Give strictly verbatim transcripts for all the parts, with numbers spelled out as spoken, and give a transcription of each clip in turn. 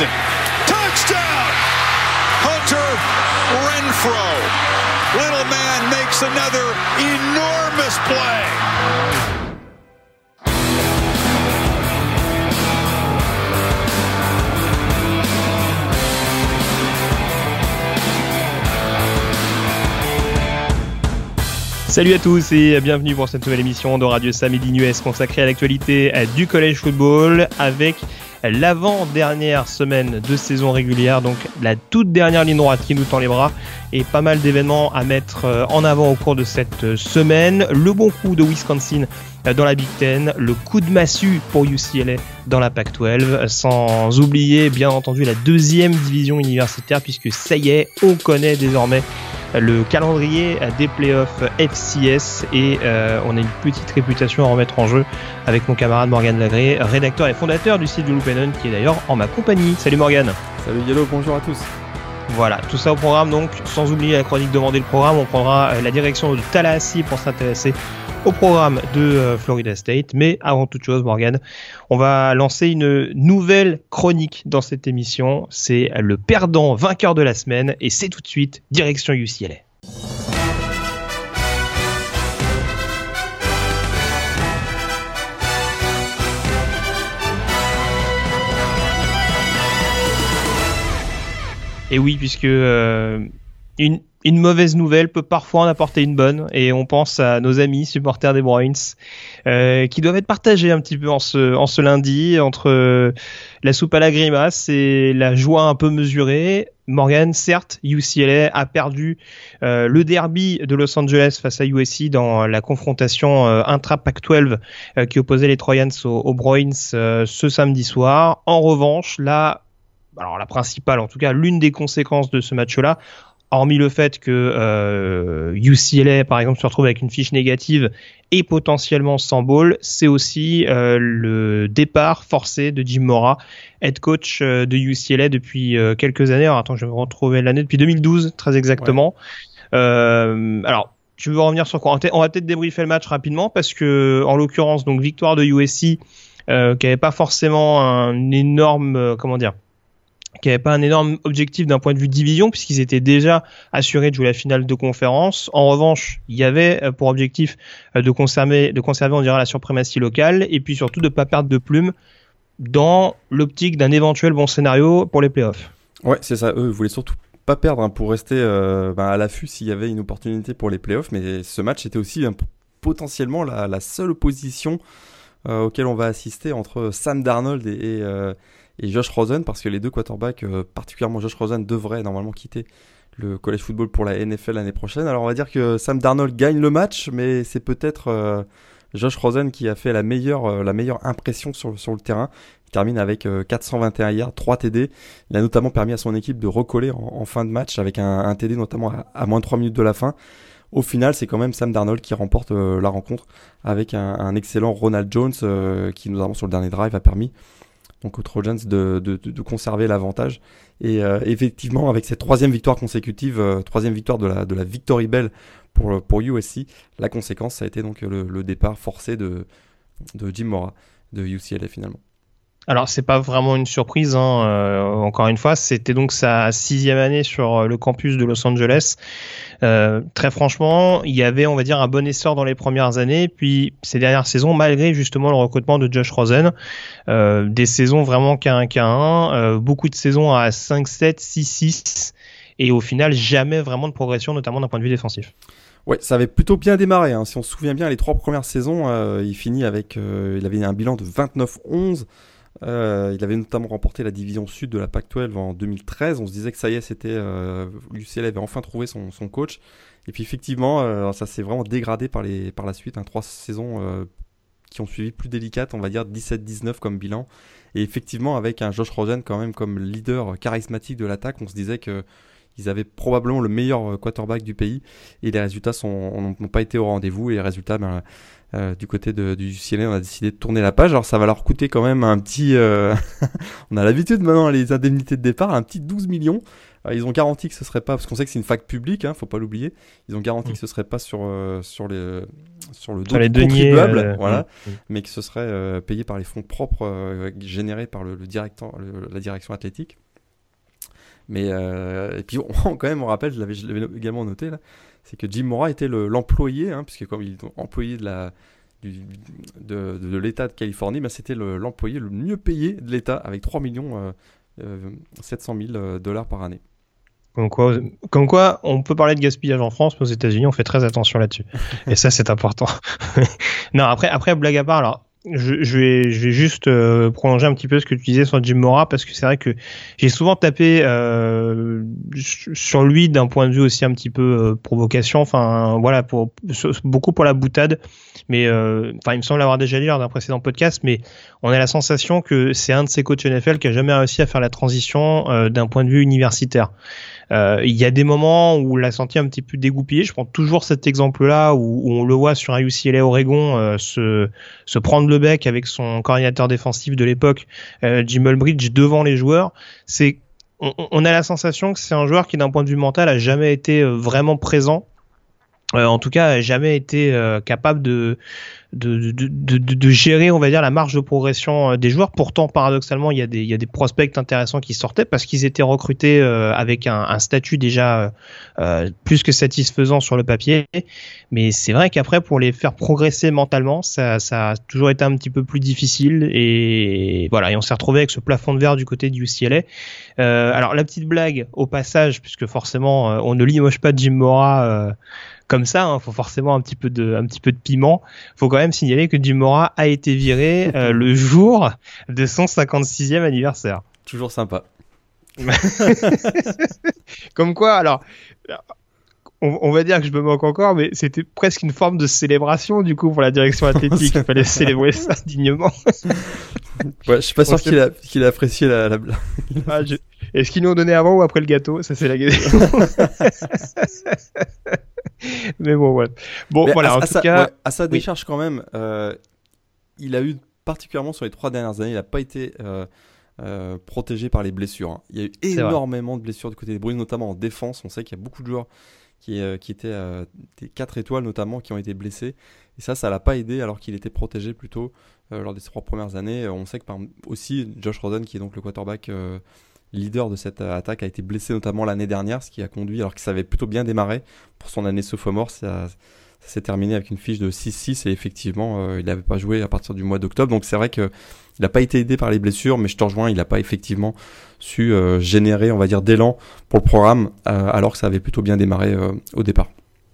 Jackson. Touchdown! Hunter Renfrow. Little man makes another enormous play. Salut à tous et bienvenue pour cette nouvelle émission de Radio Sam Midi U S consacrée à l'actualité du college football avec l'avant-dernière semaine de saison régulière, donc la toute dernière ligne droite qui nous tend les bras et pas mal d'événements à mettre en avant au cours de cette semaine. Le bon coup de Wisconsin dans la Big Ten, le coup de massue pour U C L A dans la Pac douze, sans oublier bien entendu la deuxième division universitaire puisque ça y est, on connaît désormais le calendrier des playoffs F C S et euh, on a une petite réputation à remettre en jeu avec mon camarade Morgan Lagré, rédacteur et fondateur du site de Loop'n'On, qui est d'ailleurs en ma compagnie. Salut Morgan. Salut Yellow, bonjour à tous. Voilà, tout ça au programme donc, sans oublier la chronique demandée le programme, on prendra la direction de Tallahassee pour s'intéresser au programme de euh, Florida State, mais avant toute chose Morgan, on va lancer une nouvelle chronique dans cette émission, c'est le perdant vainqueur de la semaine et c'est tout de suite direction U C L A. Et oui, puisque euh, une, une mauvaise nouvelle peut parfois en apporter une bonne, et on pense à nos amis supporters des Bruins, euh, qui doivent être partagés un petit peu en ce, en ce lundi, entre euh, la soupe à la grimace et la joie un peu mesurée. Morgan, certes, U C L A a perdu euh, le derby de Los Angeles face à U S C dans la confrontation euh, intra-Pac douze euh, qui opposait les Trojans aux, aux Bruins euh, ce samedi soir. En revanche, là, alors la principale, en tout cas l'une des conséquences de ce match-là, hormis le fait que euh, U C L A par exemple se retrouve avec une fiche négative et potentiellement sans bowl, c'est aussi euh, le départ forcé de Jim Mora, head coach euh, de U C L A depuis euh, quelques années. Alors attends, je vais retrouver l'année, depuis deux mille douze très exactement. Ouais. Euh, alors tu veux revenir sur quoi? On va peut-être débriefer le match rapidement parce que en l'occurrence donc victoire de U S C euh, qui avait pas forcément un énorme euh, comment dire qui n'avait pas un énorme objectif d'un point de vue division, puisqu'ils étaient déjà assurés de jouer la finale de conférence. En revanche, il y avait pour objectif de conserver, de conserver, on dirait, la suprématie locale, et puis surtout de ne pas perdre de plumes dans l'optique d'un éventuel bon scénario pour les playoffs. Ouais, c'est ça. Eux, ils voulaient surtout pas perdre hein, pour rester euh, ben, à l'affût s'il y avait une opportunité pour les playoffs, mais ce match était aussi hein, potentiellement la, la seule opposition euh, auquel on va assister entre Sam Darnold et... et euh, et Josh Rosen, parce que les deux quarterbacks, euh, particulièrement Josh Rosen, devraient normalement quitter le college football pour la N F L l'année prochaine. Alors on va dire que Sam Darnold gagne le match, mais c'est peut-être euh, Josh Rosen qui a fait la meilleure, euh, la meilleure impression sur, sur le terrain. Il termine avec euh, quatre cent vingt et un yards, trois T D. Il a notamment permis à son équipe de recoller en, en fin de match avec un, un T D notamment à, à moins de trois minutes de la fin. Au final, c'est quand même Sam Darnold qui remporte euh, la rencontre avec un, un excellent Ronald Jones euh, qui, notamment sur le dernier drive, a permis donc aux Trojans de, de, de, de conserver l'avantage. Et euh, effectivement, avec cette troisième victoire consécutive, euh, troisième victoire de la, de la Victory Bell pour, pour U S C, la conséquence, ça a été donc le, le départ forcé de, de Jim Mora, de U C L A finalement. Alors c'est pas vraiment une surprise, hein. euh, encore une fois, c'était donc sa sixième année sur le campus de Los Angeles. Euh, très franchement, il y avait, on va dire, un bon essor dans les premières années, puis ces dernières saisons, malgré justement le recrutement de Josh Rosen, euh, des saisons vraiment qu'à un qu'à un, euh, beaucoup de saisons à cinq sept, six six, et au final jamais vraiment de progression, notamment d'un point de vue défensif. Ouais, ça avait plutôt bien démarré. Hein. Si on se souvient bien, les trois premières saisons, euh, il finit avec, euh, il avait un bilan de vingt-neuf onze. Euh, il avait notamment remporté la division sud de la Pac douze en deux mille treize. On se disait que ça y est, c'était euh, U C L A avait enfin trouvé son, son coach. Et puis effectivement, euh, ça s'est vraiment dégradé par, les, par la suite. Hein, trois saisons euh, qui ont suivi plus délicates, on va dire dix-sept dix-neuf comme bilan. Et effectivement, avec un Josh Rosen quand même comme leader charismatique de l'attaque, on se disait que ils avaient probablement le meilleur quarterback du pays. Et les résultats sont, n'ont pas été au rendez-vous. Et les résultats, ben, Euh, du côté de, du U C L A, on a décidé de tourner la page. Alors ça va leur coûter quand même un petit... Euh... on a l'habitude maintenant, les indemnités de départ, un petit douze millions. Alors, ils ont garanti que ce serait pas, parce qu'on sait que c'est une fac publique, hein, faut pas l'oublier. Ils ont garanti mmh. que ce serait pas sur euh, sur les sur le dos sur les du contribuable, deniers, euh, voilà, mmh. mais que ce serait euh, payé par les fonds propres euh, générés par le, le directeur, le, la direction athlétique. Mais euh, et puis on, quand même on rappelle, je l'avais, je l'avais également noté là, c'est que Jim Mora était le, l'employé, hein, puisque comme il est employé de la du, de, de, de l'État de Californie, ben c'était le, l'employé le mieux payé de l'État avec trois millions euh, euh, sept cent mille dollars par année. Comme quoi, comme quoi, on peut parler de gaspillage en France, mais aux États-Unis, on fait très attention là-dessus. Et ça, c'est important. Non, après, après, blague à part, alors, je, je vais, je vais juste euh, prolonger un petit peu ce que tu disais sur Jim Mora, parce que c'est vrai que j'ai souvent tapé euh, sur lui d'un point de vue aussi un petit peu euh, provocation. Enfin, voilà, pour, beaucoup pour la boutade. Mais, euh, enfin, il me semble l'avoir déjà dit lors d'un précédent podcast, mais on a la sensation que c'est un de ces coachs N F L qui a jamais réussi à faire la transition euh, d'un point de vue universitaire. Euh, il y a des moments où on l'a senti un petit peu dégoupillé. Je prends toujours cet exemple-là où, où on le voit sur un U C L A Oregon euh, se, se prendre le bec avec son coordinateur défensif de l'époque, euh, Jim Ulbrich, devant les joueurs. C'est, on, on a la sensation que c'est un joueur qui, d'un point de vue mental, a jamais été euh, vraiment présent. Euh, en tout cas, a jamais été euh, capable de De, de, de, de gérer, on va dire, la marge de progression des joueurs. Pourtant, paradoxalement, il y a des, il y a des prospects intéressants qui sortaient parce qu'ils étaient recrutés euh, avec un, un statut déjà euh, plus que satisfaisant sur le papier. Mais c'est vrai qu'après, pour les faire progresser mentalement, ça, ça a toujours été un petit peu plus difficile. Et voilà, et on s'est retrouvé avec ce plafond de verre du côté du U C L A. Euh, alors, la petite blague au passage, puisque forcément, euh, on ne limoge pas Jim Mora euh, comme ça, hein, faut forcément un petit peu de, un petit peu de piment. Faut quand même signaler que Jim Mora a été viré euh, le jour de son cinquante-sixième anniversaire. Toujours sympa. Comme quoi, alors, on, on va dire que je me moque encore, mais c'était presque une forme de célébration du coup pour la direction athlétique. Il fallait célébrer ça dignement. Ouais, je suis pas sûr qu'il a, qu'il a apprécié la, la blague. Ah, je... Est-ce qu'ils nous ont donné avant ou après le gâteau? Ça, c'est la question. Mais bon, ouais. Bon, Mais voilà, à, en à tout sa, cas. ouais, à sa décharge, oui. Quand même, euh, il a eu, particulièrement sur les trois dernières années, il n'a pas été euh, euh, protégé par les blessures. Hein. Il y a eu énormément de blessures du côté des Bruins, notamment en défense. On sait qu'il y a beaucoup de joueurs qui, euh, qui étaient euh, des quatre étoiles, notamment, qui ont été blessés. Et ça, ça l'a pas aidé alors qu'il était protégé plutôt euh, lors des trois premières années. On sait que par, aussi, Josh Rosen, qui est donc le quarterback euh, leader de cette euh, attaque, a été blessé notamment l'année dernière, ce qui a conduit, alors que ça avait plutôt bien démarré pour son année sophomore, ça, ça s'est terminé avec une fiche de six six et effectivement, euh, il n'avait pas joué à partir du mois d'octobre. Donc c'est vrai qu'il n'a pas été aidé par les blessures, mais je te rejoins, il n'a pas effectivement su euh, générer, on va dire, d'élan pour le programme, euh, alors que ça avait plutôt bien démarré euh, au départ.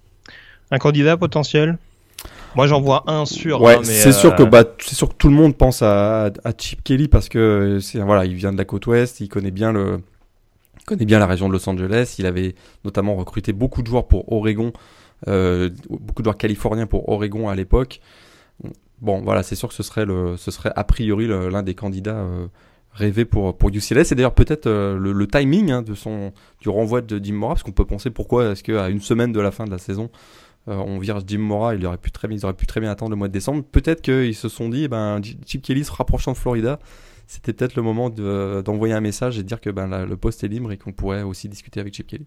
Un candidat potentiel ? Moi, j'en vois un sûr. Ouais, hein, mais c'est euh... sûr que bah, c'est sûr que tout le monde pense à, à Chip Kelly parce que c'est voilà, il vient de la côte ouest, il connaît bien le, il connaît bien la région de Los Angeles. Il avait notamment recruté beaucoup de joueurs pour Oregon, euh, beaucoup de joueurs californiens pour Oregon à l'époque. Bon, voilà, c'est sûr que ce serait le, ce serait a priori le, l'un des candidats euh, rêvés pour pour U C L A. C'est d'ailleurs peut-être euh, le, le timing hein, de son du renvoi de Jim Mora, parce qu'on peut penser pourquoi est-ce qu'à une semaine de la fin de la saison. Euh, on vire Jim Mora, il aurait pu très bien, ils auraient pu très bien attendre le mois de décembre. Peut-être qu'ils se sont dit, ben, Chip Kelly se rapprochant de Florida, c'était peut-être le moment de, d'envoyer un message et de dire que ben, la, le poste est libre et qu'on pourrait aussi discuter avec Chip Kelly.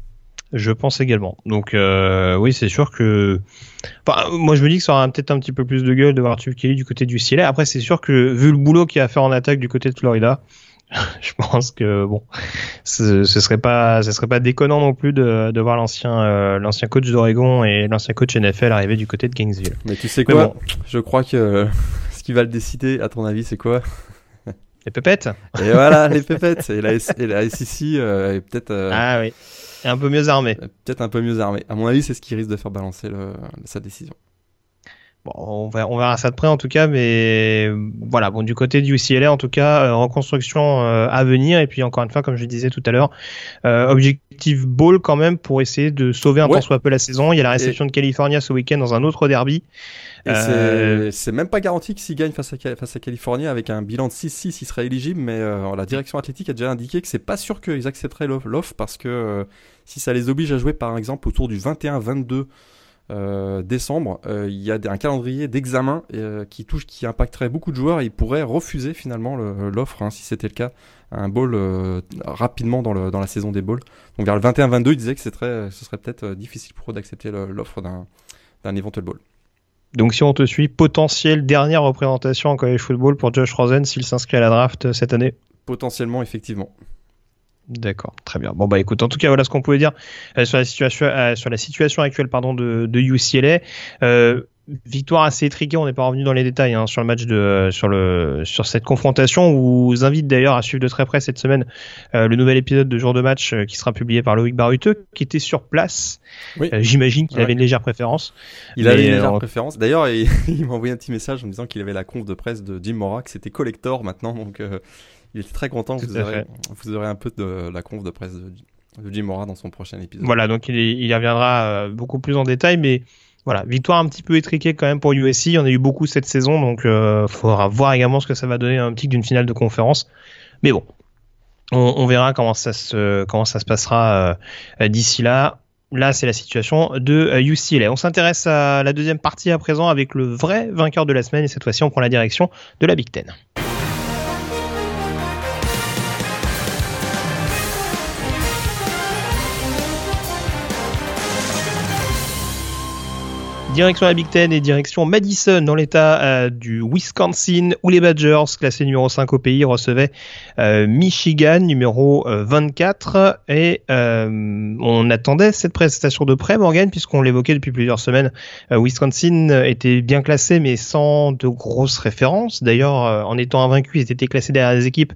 Je pense également. Donc euh, oui, c'est sûr que. Enfin, moi, je me dis que ça aura peut-être un petit peu plus de gueule de voir Chip Kelly du côté du U C L A. Après, c'est sûr que vu le boulot qu'il y a à faire en attaque du côté de Florida, je pense que bon, ce, ce serait pas, ce serait pas déconnant non plus de, de voir l'ancien, euh, l'ancien coach d'Oregon et l'ancien coach N F L arriver du côté de Gainesville. Mais tu sais quoi, bon. Je crois que euh, ce qui va le décider, à ton avis, c'est quoi? Les pépettes. Et voilà, les pépettes. Et la, et la S E C euh, est peut-être. Euh, ah oui. Et un peu mieux armé. Peut-être un peu mieux armé. À mon avis, c'est ce qui risque de faire balancer le, sa décision. Bon, on verra, on verra ça de près en tout cas, mais voilà, bon, du côté du U C L A en tout cas, euh, reconstruction euh, à venir, et puis encore une fois, comme je le disais tout à l'heure, euh, objectif bowl quand même pour essayer de sauver un ouais. tant soit peu la saison. Il y a la réception et... de California ce week-end dans un autre derby. Et euh... c'est, c'est même pas garanti que s'il gagne face à, face à California avec un bilan de six six, il sera éligible, mais euh, la direction athlétique a déjà indiqué que c'est pas sûr qu'ils accepteraient l'offre, l'offre parce que euh, si ça les oblige à jouer par exemple autour du vingt et un vingt-deux euh, décembre, euh, il y a un calendrier d'examen euh, qui touche, qui impacterait beaucoup de joueurs et ils pourraient refuser finalement le, l'offre, hein, si c'était le cas, un bowl euh, rapidement dans, le, dans la saison des bowls. Donc vers le vingt et un vingt-deux, ils disaient que c'est très, ce serait peut-être euh, difficile pour eux d'accepter le, l'offre d'un, d'un éventuel bowl. Donc si on te suit, potentielle dernière représentation en college football pour Josh Rosen s'il s'inscrit à la draft cette année? Potentiellement, effectivement. D'accord, très bien. Bon bah écoute, en tout cas voilà ce qu'on pouvait dire euh, sur la situation, euh, sur la situation actuelle pardon de, de U C L A. Euh, victoire assez étriquée, on n'est pas revenu dans les détails hein, sur le match de euh, sur le sur cette confrontation. On vous invite d'ailleurs à suivre de très près cette semaine euh, le nouvel épisode de Jour de match euh, qui sera publié par Loïc Baruteux qui était sur place. Oui. Euh, j'imagine qu'il ouais. avait une légère préférence. Il avait une légère euh, préférence. D'ailleurs, il, il m'a envoyé un petit message en me disant qu'il avait la conf de presse de Jim Mora, que c'était collector maintenant, donc. Euh, Il était très content. Vous aurez, vous aurez un peu de la conf de presse de, de Jim Mora dans son prochain épisode. Voilà, donc il, il y reviendra euh, beaucoup plus en détail, mais voilà, victoire un petit peu étriquée quand même pour U S C. Il y en a eu beaucoup cette saison, donc il euh, faudra voir également ce que ça va donner un petit d'une finale de conférence. Mais bon, on, on verra comment ça se comment ça se passera euh, d'ici là. Là, c'est la situation de U C L A. On s'intéresse à la deuxième partie à présent avec le vrai vainqueur de la semaine, et cette fois-ci, on prend la direction de la Big Ten. Direction la Big Ten et direction Madison dans l'état euh, du Wisconsin où les Badgers, classés numéro cinq au pays, recevaient euh, Michigan numéro euh, vingt-quatre et euh, on attendait cette prestation de près, Morgan, puisqu'on l'évoquait depuis plusieurs semaines. Euh, Wisconsin était bien classé mais sans de grosses références. D'ailleurs, euh, en étant invaincu, ils étaient classés derrière des équipes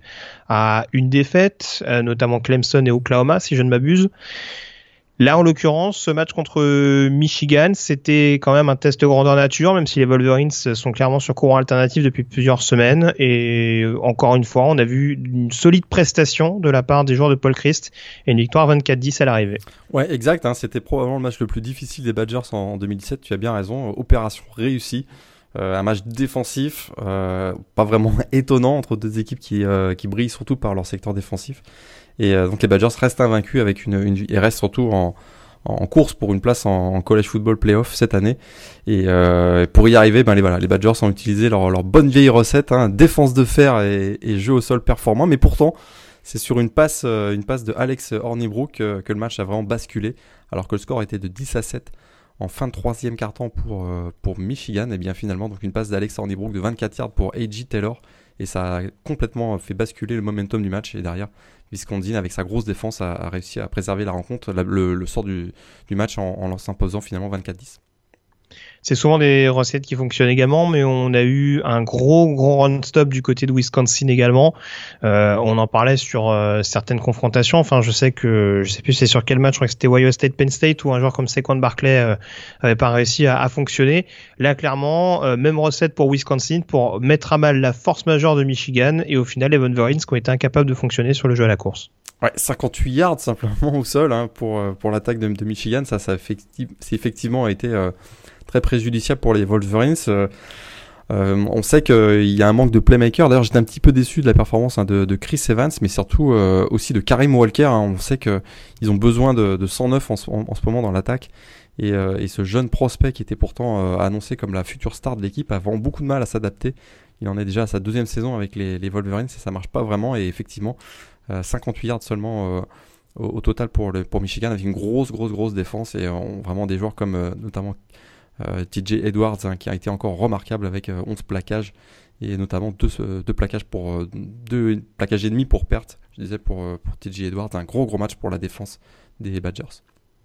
à une défaite, euh, notamment Clemson et Oklahoma, si je ne m'abuse. Là, en l'occurrence, ce match contre Michigan, c'était quand même un test grandeur nature, même si les Wolverines sont clairement sur courant alternatif depuis plusieurs semaines. Et encore une fois, on a vu une solide prestation de la part des joueurs de Paul Chryst et une victoire vingt-quatre dix à l'arrivée. Ouais, exact. Hein, c'était probablement le match le plus difficile des Badgers en deux mille dix-sept. Tu as bien raison. Opération réussie. Euh, un match défensif, euh, pas vraiment étonnant entre deux équipes qui, euh, qui brillent surtout par leur secteur défensif. Et euh, donc les Badgers restent invaincus avec une, une et restent surtout en, en course pour une place en, en college football playoff cette année. Et euh, pour y arriver, ben les voilà, les Badgers ont utilisé leur, leur bonne vieille recette, hein, défense de fer et, et jeu au sol performant. Mais pourtant, c'est sur une passe, euh, une passe de Alex Hornibrook euh, que le match a vraiment basculé, alors que le score était de dix à sept. En fin de troisième quart-temps pour, euh, pour Michigan, et bien finalement donc une passe d'Alex Hornibrook de vingt-quatre yards pour A J Taylor, et ça a complètement fait basculer le momentum du match. Et derrière, Wisconsin avec sa grosse défense a, a réussi à préserver la rencontre, la, le, le sort du, du match en, en s'imposant finalement vingt-quatre dix. C'est souvent des recettes qui fonctionnent également, mais on a eu un gros gros run-stop du côté de Wisconsin également. Euh, on en parlait sur euh, certaines confrontations. Enfin, je sais que je sais plus c'est sur quel match. Je crois que c'était Ohio State Penn State où un joueur comme Saquon Barkley euh, avait pas réussi à, à fonctionner. Là, clairement, euh, même recette pour Wisconsin pour mettre à mal la force majeure de Michigan et au final les Wolverines qui ont été incapables de fonctionner sur le jeu à la course. Ouais, cinquante-huit yards simplement au sol hein, pour pour l'attaque de, de Michigan. Ça, ça a effecti- c'est effectivement été euh, très préjudiciable pour les Wolverines. Euh, euh, on sait qu'il y a un manque de playmaker. D'ailleurs, j'étais un petit peu déçu de la performance hein, de, de Chris Evans, mais surtout euh, aussi de Karim Walker. Hein. On sait qu'ils ont besoin de, de cent neuf en, en, en ce moment dans l'attaque. Et, euh, et ce jeune prospect qui était pourtant euh, annoncé comme la future star de l'équipe a vraiment beaucoup de mal à s'adapter. Il en est déjà à sa deuxième saison avec les, les Wolverines et ça marche pas vraiment. Et effectivement, euh, cinquante-huit yards seulement euh, au, au total pour, le, pour Michigan avec une grosse, grosse, grosse défense et euh, vraiment des joueurs comme euh, notamment Euh, T J Edwards hein, qui a été encore remarquable avec euh, onze plaquages et notamment deux, euh, deux plaquages pour euh, deux plaquages et demi pour perte. Je disais pour, euh, pour T J Edwards, un gros gros match pour la défense des Badgers.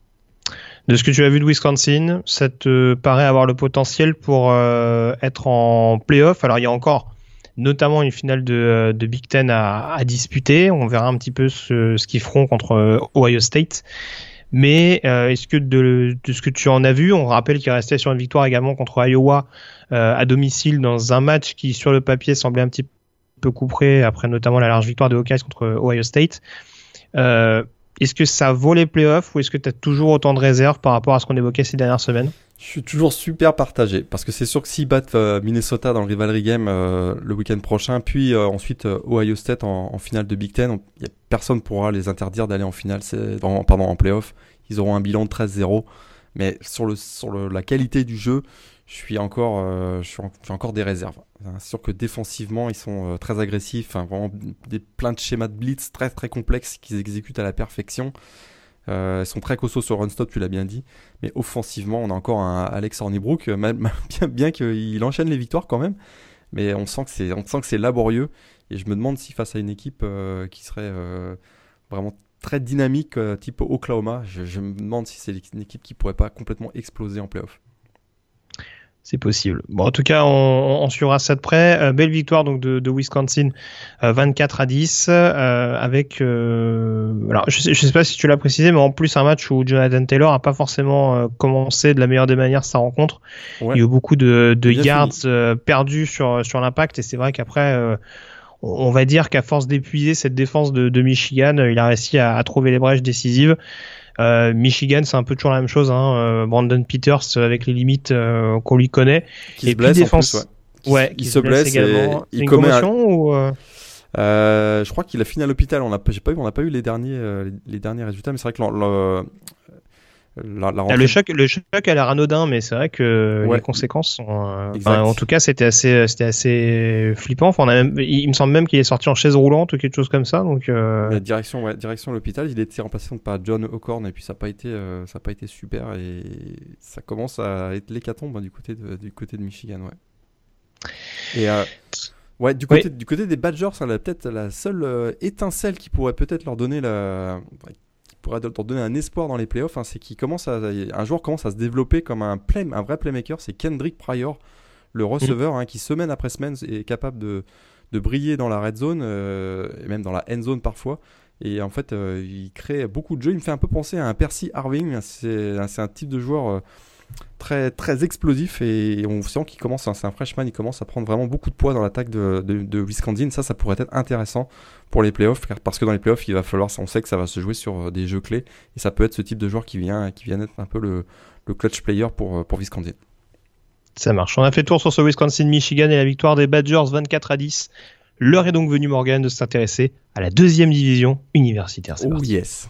De ce que tu as vu de Wisconsin, ça te paraît avoir le potentiel pour euh, être en play-off. Alors il y a encore notamment une finale de, de Big Ten à, à disputer. On verra un petit peu ce, ce qu'ils feront contre euh, Ohio State. Mais euh, est-ce que de, de ce que tu en as vu, on rappelle qu'il restait sur une victoire également contre Iowa euh, à domicile dans un match qui sur le papier semblait un petit peu couperé après notamment la large victoire des Hawkeyes contre Ohio State. Euh, est-ce que ça vaut les playoffs ou est-ce que tu as toujours autant de réserves par rapport à ce qu'on évoquait ces dernières semaines ? Je suis toujours super partagé parce que c'est sûr que s'ils battent euh, Minnesota dans le rivalry game euh, le week-end prochain, puis euh, ensuite euh, Ohio State en, en finale de Big Ten, y a, personne pourra les interdire d'aller en finale, c'est, en, pardon, en playoff. Ils auront un bilan de treize zéro. Mais sur, le, sur le, la qualité du jeu, je suis encore, euh, je suis en, j'ai encore des réserves. C'est sûr que défensivement, ils sont euh, très agressifs, hein, vraiment des, plein de schémas de blitz très très complexes qu'ils exécutent à la perfection. Euh, ils sont très costauds sur run-stop, tu l'as bien dit. Mais offensivement, on a encore un Alex Hornibrook, bien, bien, bien qu'il enchaîne les victoires quand même. Mais on sent que c'est, on sent que c'est laborieux. Et je me demande si face à une équipe euh, qui serait euh, vraiment très dynamique, euh, type Oklahoma, je, je me demande si c'est une équipe qui pourrait pas complètement exploser en play-off. C'est possible. Bon, en tout cas, on, on suivra ça de près. Euh, belle victoire donc de, de Wisconsin, euh, vingt-quatre à dix, euh, avec. Euh, alors, je sais, je sais pas si tu l'as précisé, mais en plus un match où Jonathan Taylor a pas forcément euh, commencé de la meilleure des manières sa rencontre. Ouais. Il y a eu beaucoup de, de yards euh, perdus sur sur l'impact, et c'est vrai qu'après. Euh, on va dire qu'à force d'épuiser cette défense de, de Michigan, il a réussi à, à trouver les brèches décisives. Euh, Michigan, c'est un peu toujours la même chose. Hein. Euh, Brandon Peters avec les limites euh, qu'on lui connaît. Qui et se blesse défense... en plus, ouais. ouais qui, qui se, se blesse, blesse également. Il une commotion un... ou euh... Euh, je crois qu'il a fini à l'hôpital. On a, j'ai pas eu, on n'a pas eu les derniers, euh, les, les derniers résultats, mais c'est vrai que le, le, La, la rentrée... le choc, le choc a l'air anodin, mais c'est vrai que ouais. les conséquences sont. Euh, enfin, en tout cas, c'était assez, c'était assez flippant. Enfin, on a même, il, il me semble même qu'il est sorti en chaise roulante ou quelque chose comme ça. Donc. Euh... La direction, ouais, direction l'hôpital. Il a été remplacé par John O'Corn et puis ça n'a pas été, euh, ça a pas été super et ça commence à être l'hécatombe hein, du côté de, du côté de Michigan, ouais. Et euh, ouais, du côté, oui. du côté des Badgers, hein, là, peut-être la seule euh, étincelle qui pourrait peut-être leur donner la. Ouais, pourrait leur donner un espoir dans les playoffs, hein, c'est qu'il commence à, un joueur commence à se développer comme un, play, un vrai playmaker, c'est Kendrick Pryor, le receveur, mmh. hein, qui semaine après semaine est capable de, de briller dans la red zone, euh, et même dans la end zone parfois, et en fait euh, il crée beaucoup de jeux, il me fait un peu penser à un Percy Harving, c'est, c'est un type de joueur euh, très, très explosif, et on sent qu'il commence, hein, c'est un freshman, il commence à prendre vraiment beaucoup de poids dans l'attaque de, de, de Wisconsin, ça, ça pourrait être intéressant pour les playoffs, parce que dans les playoffs, il va falloir, on sait que ça va se jouer sur des jeux clés, et ça peut être ce type de joueur qui vient, qui vient être un peu le, le clutch player pour, pour Wisconsin. Ça marche. On a fait le tour sur ce Wisconsin-Michigan et la victoire des Badgers vingt-quatre à dix. L'heure est donc venue, Morgan, de s'intéresser à la deuxième division universitaire. C'est oh parti. Yes.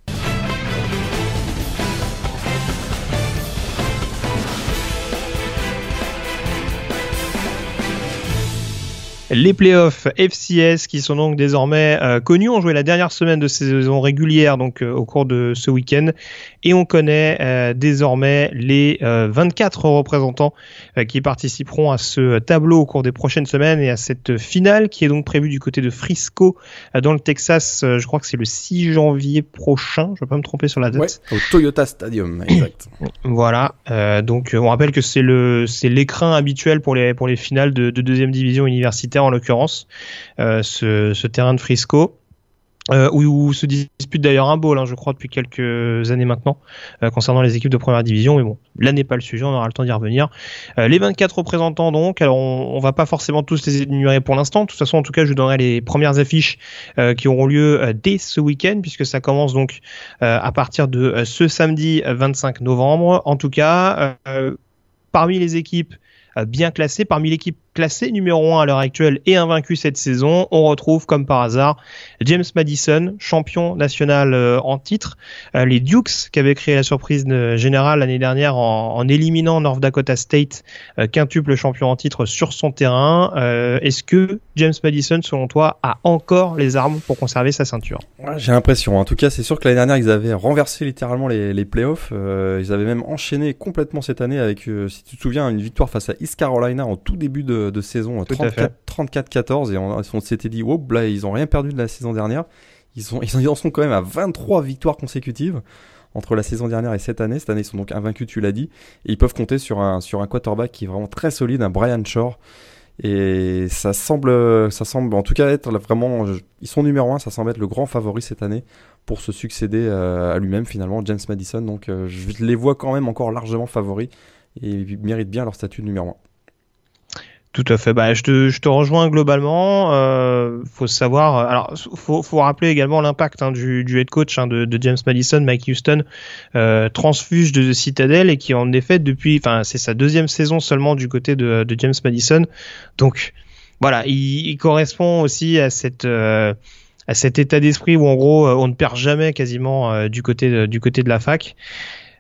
Les playoffs F C S qui sont donc désormais euh, connus, ont joué la dernière semaine de saison régulière donc euh, au cours de ce week-end et on connaît euh, désormais les euh, vingt-quatre représentants euh, qui participeront à ce tableau au cours des prochaines semaines et à cette finale qui est donc prévue du côté de Frisco euh, dans le Texas. Euh, je crois que c'est le six janvier prochain, je ne vais pas me tromper sur la date. Ouais, au Toyota Stadium, exact. Voilà, euh, donc on rappelle que c'est le c'est l'écrin habituel pour les pour les finales de, de deuxième division universitaire en l'occurrence, euh, ce, ce terrain de Frisco, euh, où, où se dispute d'ailleurs un bowl, hein, je crois, depuis quelques années maintenant, euh, concernant les équipes de première division, mais bon, là n'est pas le sujet, on aura le temps d'y revenir. Euh, les vingt-quatre représentants donc, alors on, on va pas forcément tous les énumérer pour l'instant, de toute façon, en tout cas, je vous donnerai les premières affiches euh, qui auront lieu euh, dès ce week-end, puisque ça commence donc euh, à partir de euh, ce samedi vingt-cinq novembre. En tout cas, euh, parmi les équipes bien classé. Parmi l'équipe classée numéro un à l'heure actuelle et invaincue cette saison, on retrouve comme par hasard James Madison, champion national euh, en titre. Euh, les Dukes qui avaient créé la surprise euh, générale l'année dernière en, en éliminant North Dakota State, euh, quintuple champion en titre sur son terrain. Euh, est-ce que James Madison, selon toi, a encore les armes pour conserver sa ceinture ? Ouais, j'ai l'impression. En tout cas, c'est sûr que l'année dernière, ils avaient renversé littéralement les, les playoffs. Euh, ils avaient même enchaîné complètement cette année avec, euh, si tu te souviens, une victoire face à East Carolina en tout début de, de saison, trente-quatre quatorze, et on, on s'était dit, wow, là, ils ont rien perdu de la saison dernière. Ils, sont, ils en sont quand même à vingt-trois victoires consécutives entre la saison dernière et cette année. Cette année, ils sont donc invaincus, tu l'as dit, et ils peuvent compter sur un, sur un quarterback qui est vraiment très solide, un Brian Shore. Et ça semble, ça semble en tout cas être vraiment, ils sont numéro un, ça semble être le grand favori cette année pour se succéder à lui-même finalement, James Madison. Donc je les vois quand même encore largement favoris et ils méritent bien leur statut de numéro un. Tout à fait. Bah, je te, je te rejoins globalement. Euh, faut savoir. Alors, faut, faut rappeler également l'impact hein, du, du head coach hein, de, de James Madison, Mike Houston, euh, transfuge de Citadel et qui en effet depuis, enfin, c'est sa deuxième saison seulement du côté de, de James Madison. Donc, voilà, il, il correspond aussi à cette. Euh, à cet état d'esprit où en gros on ne perd jamais quasiment euh, du côté de, du côté de la fac.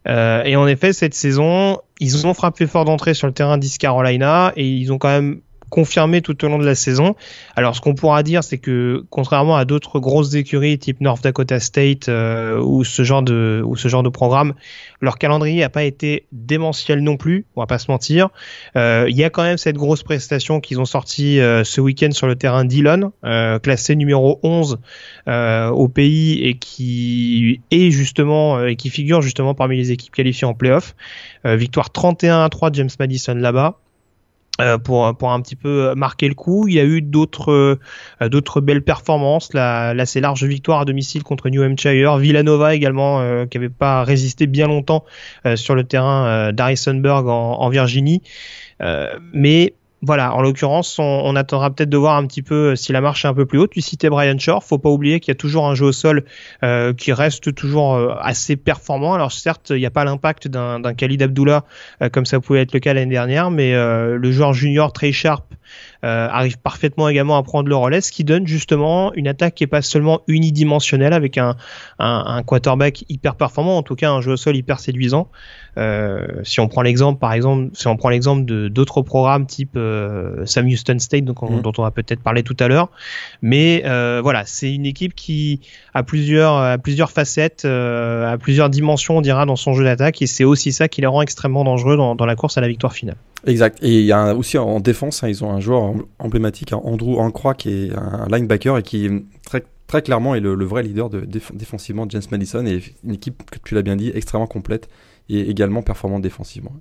Euh, et en effet, cette saison, ils ont frappé fort d'entrée sur le terrain d'East Carolina et ils ont quand même confirmé tout au long de la saison. Alors, ce qu'on pourra dire, c'est que contrairement à d'autres grosses écuries type North Dakota State euh, ou ce genre de ou ce genre de programme, leur calendrier n'a pas été démentiel non plus. On va pas se mentir. Euh, Il y a quand même cette grosse prestation qu'ils ont sortie euh, ce week-end sur le terrain d'Elon, euh, classé numéro onze euh, au pays et qui est justement euh, et qui figure justement parmi les équipes qualifiées en play-off. Euh, victoire trente et un à trois de James Madison là-bas. Euh, pour pour un petit peu marquer le coup. Il y a eu d'autres euh, d'autres belles performances, la l'assez large victoire à domicile contre New Hampshire, Villanova également euh, qui avait pas résisté bien longtemps euh, sur le terrain euh, d'Harrisonburg en, en Virginie. Euh, mais voilà, en l'occurrence, on, on attendra peut-être de voir un petit peu si la marche est un peu plus haute. Tu citais Brian Shore, faut pas oublier qu'il y a toujours un jeu au sol euh, qui reste toujours euh, assez performant. Alors certes, il n'y a pas l'impact d'un, d'un Khalid Abdullah euh, comme ça pouvait être le cas l'année dernière, mais euh, le joueur junior Trey Sharp euh, arrive parfaitement également à prendre le relais, ce qui donne justement une attaque qui est pas seulement unidimensionnelle avec un, un, un quarterback hyper performant, en tout cas un jeu au sol hyper séduisant. Euh, si on prend l'exemple, par exemple, si on prend l'exemple de d'autres programmes type euh, Sam Houston State, donc on, mmh. dont on va peut-être parler tout à l'heure, mais euh, voilà, c'est une équipe qui a plusieurs, a plusieurs facettes, euh, a plusieurs dimensions, on dira, dans son jeu d'attaque, et c'est aussi ça qui les rend extrêmement dangereux dans, dans la course à la victoire finale. Exact. Et il y a aussi en défense, hein, ils ont un joueur emblématique, hein, Andrew Ancroix, qui est un linebacker et qui très très clairement est le, le vrai leader de, déf- défensivement de James Madison, et une équipe, que tu l'as bien dit, extrêmement complète et également performante défensivement.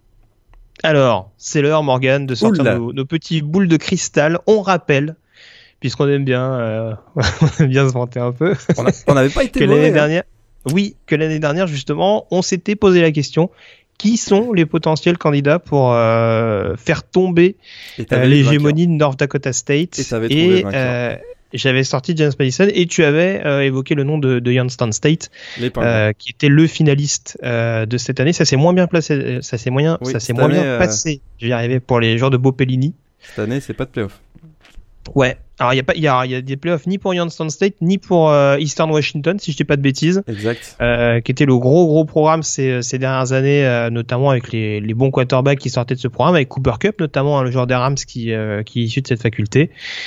Alors, c'est l'heure, Morgan, de sortir nos, nos petits boules de cristal. On rappelle, puisqu'on aime bien, euh, on aime bien se vanter un peu. On n'avait pas été que mauvais, l'année hein. dernière, oui, que l'année dernière, justement, on s'était posé la question. Qui sont les potentiels candidats pour euh, faire tomber euh, l'hégémonie de North Dakota State? Et, et euh, j'avais sorti James Madison et tu avais euh, évoqué le nom de, de Youngstown State, euh, qui était le finaliste euh, de cette année. Ça s'est moins bien placé, ça s'est moyen, oui, ça s'est moins année, bien euh... passé. Je vais y arriver pour les joueurs de Bo Pelini. Cette année, c'est pas de playoff. Ouais. Alors il y a pas, il y a, il y a des playoffs ni pour Youngstown State ni pour euh, Eastern Washington, si je dis pas de bêtises. Exact. Euh, qui était le gros gros programme ces, ces dernières années, euh, notamment avec les, les bons quarterbacks qui sortaient de ce programme, avec Cooper Kupp notamment, hein, le joueur des Rams qui euh, qui est issu de cette faculté.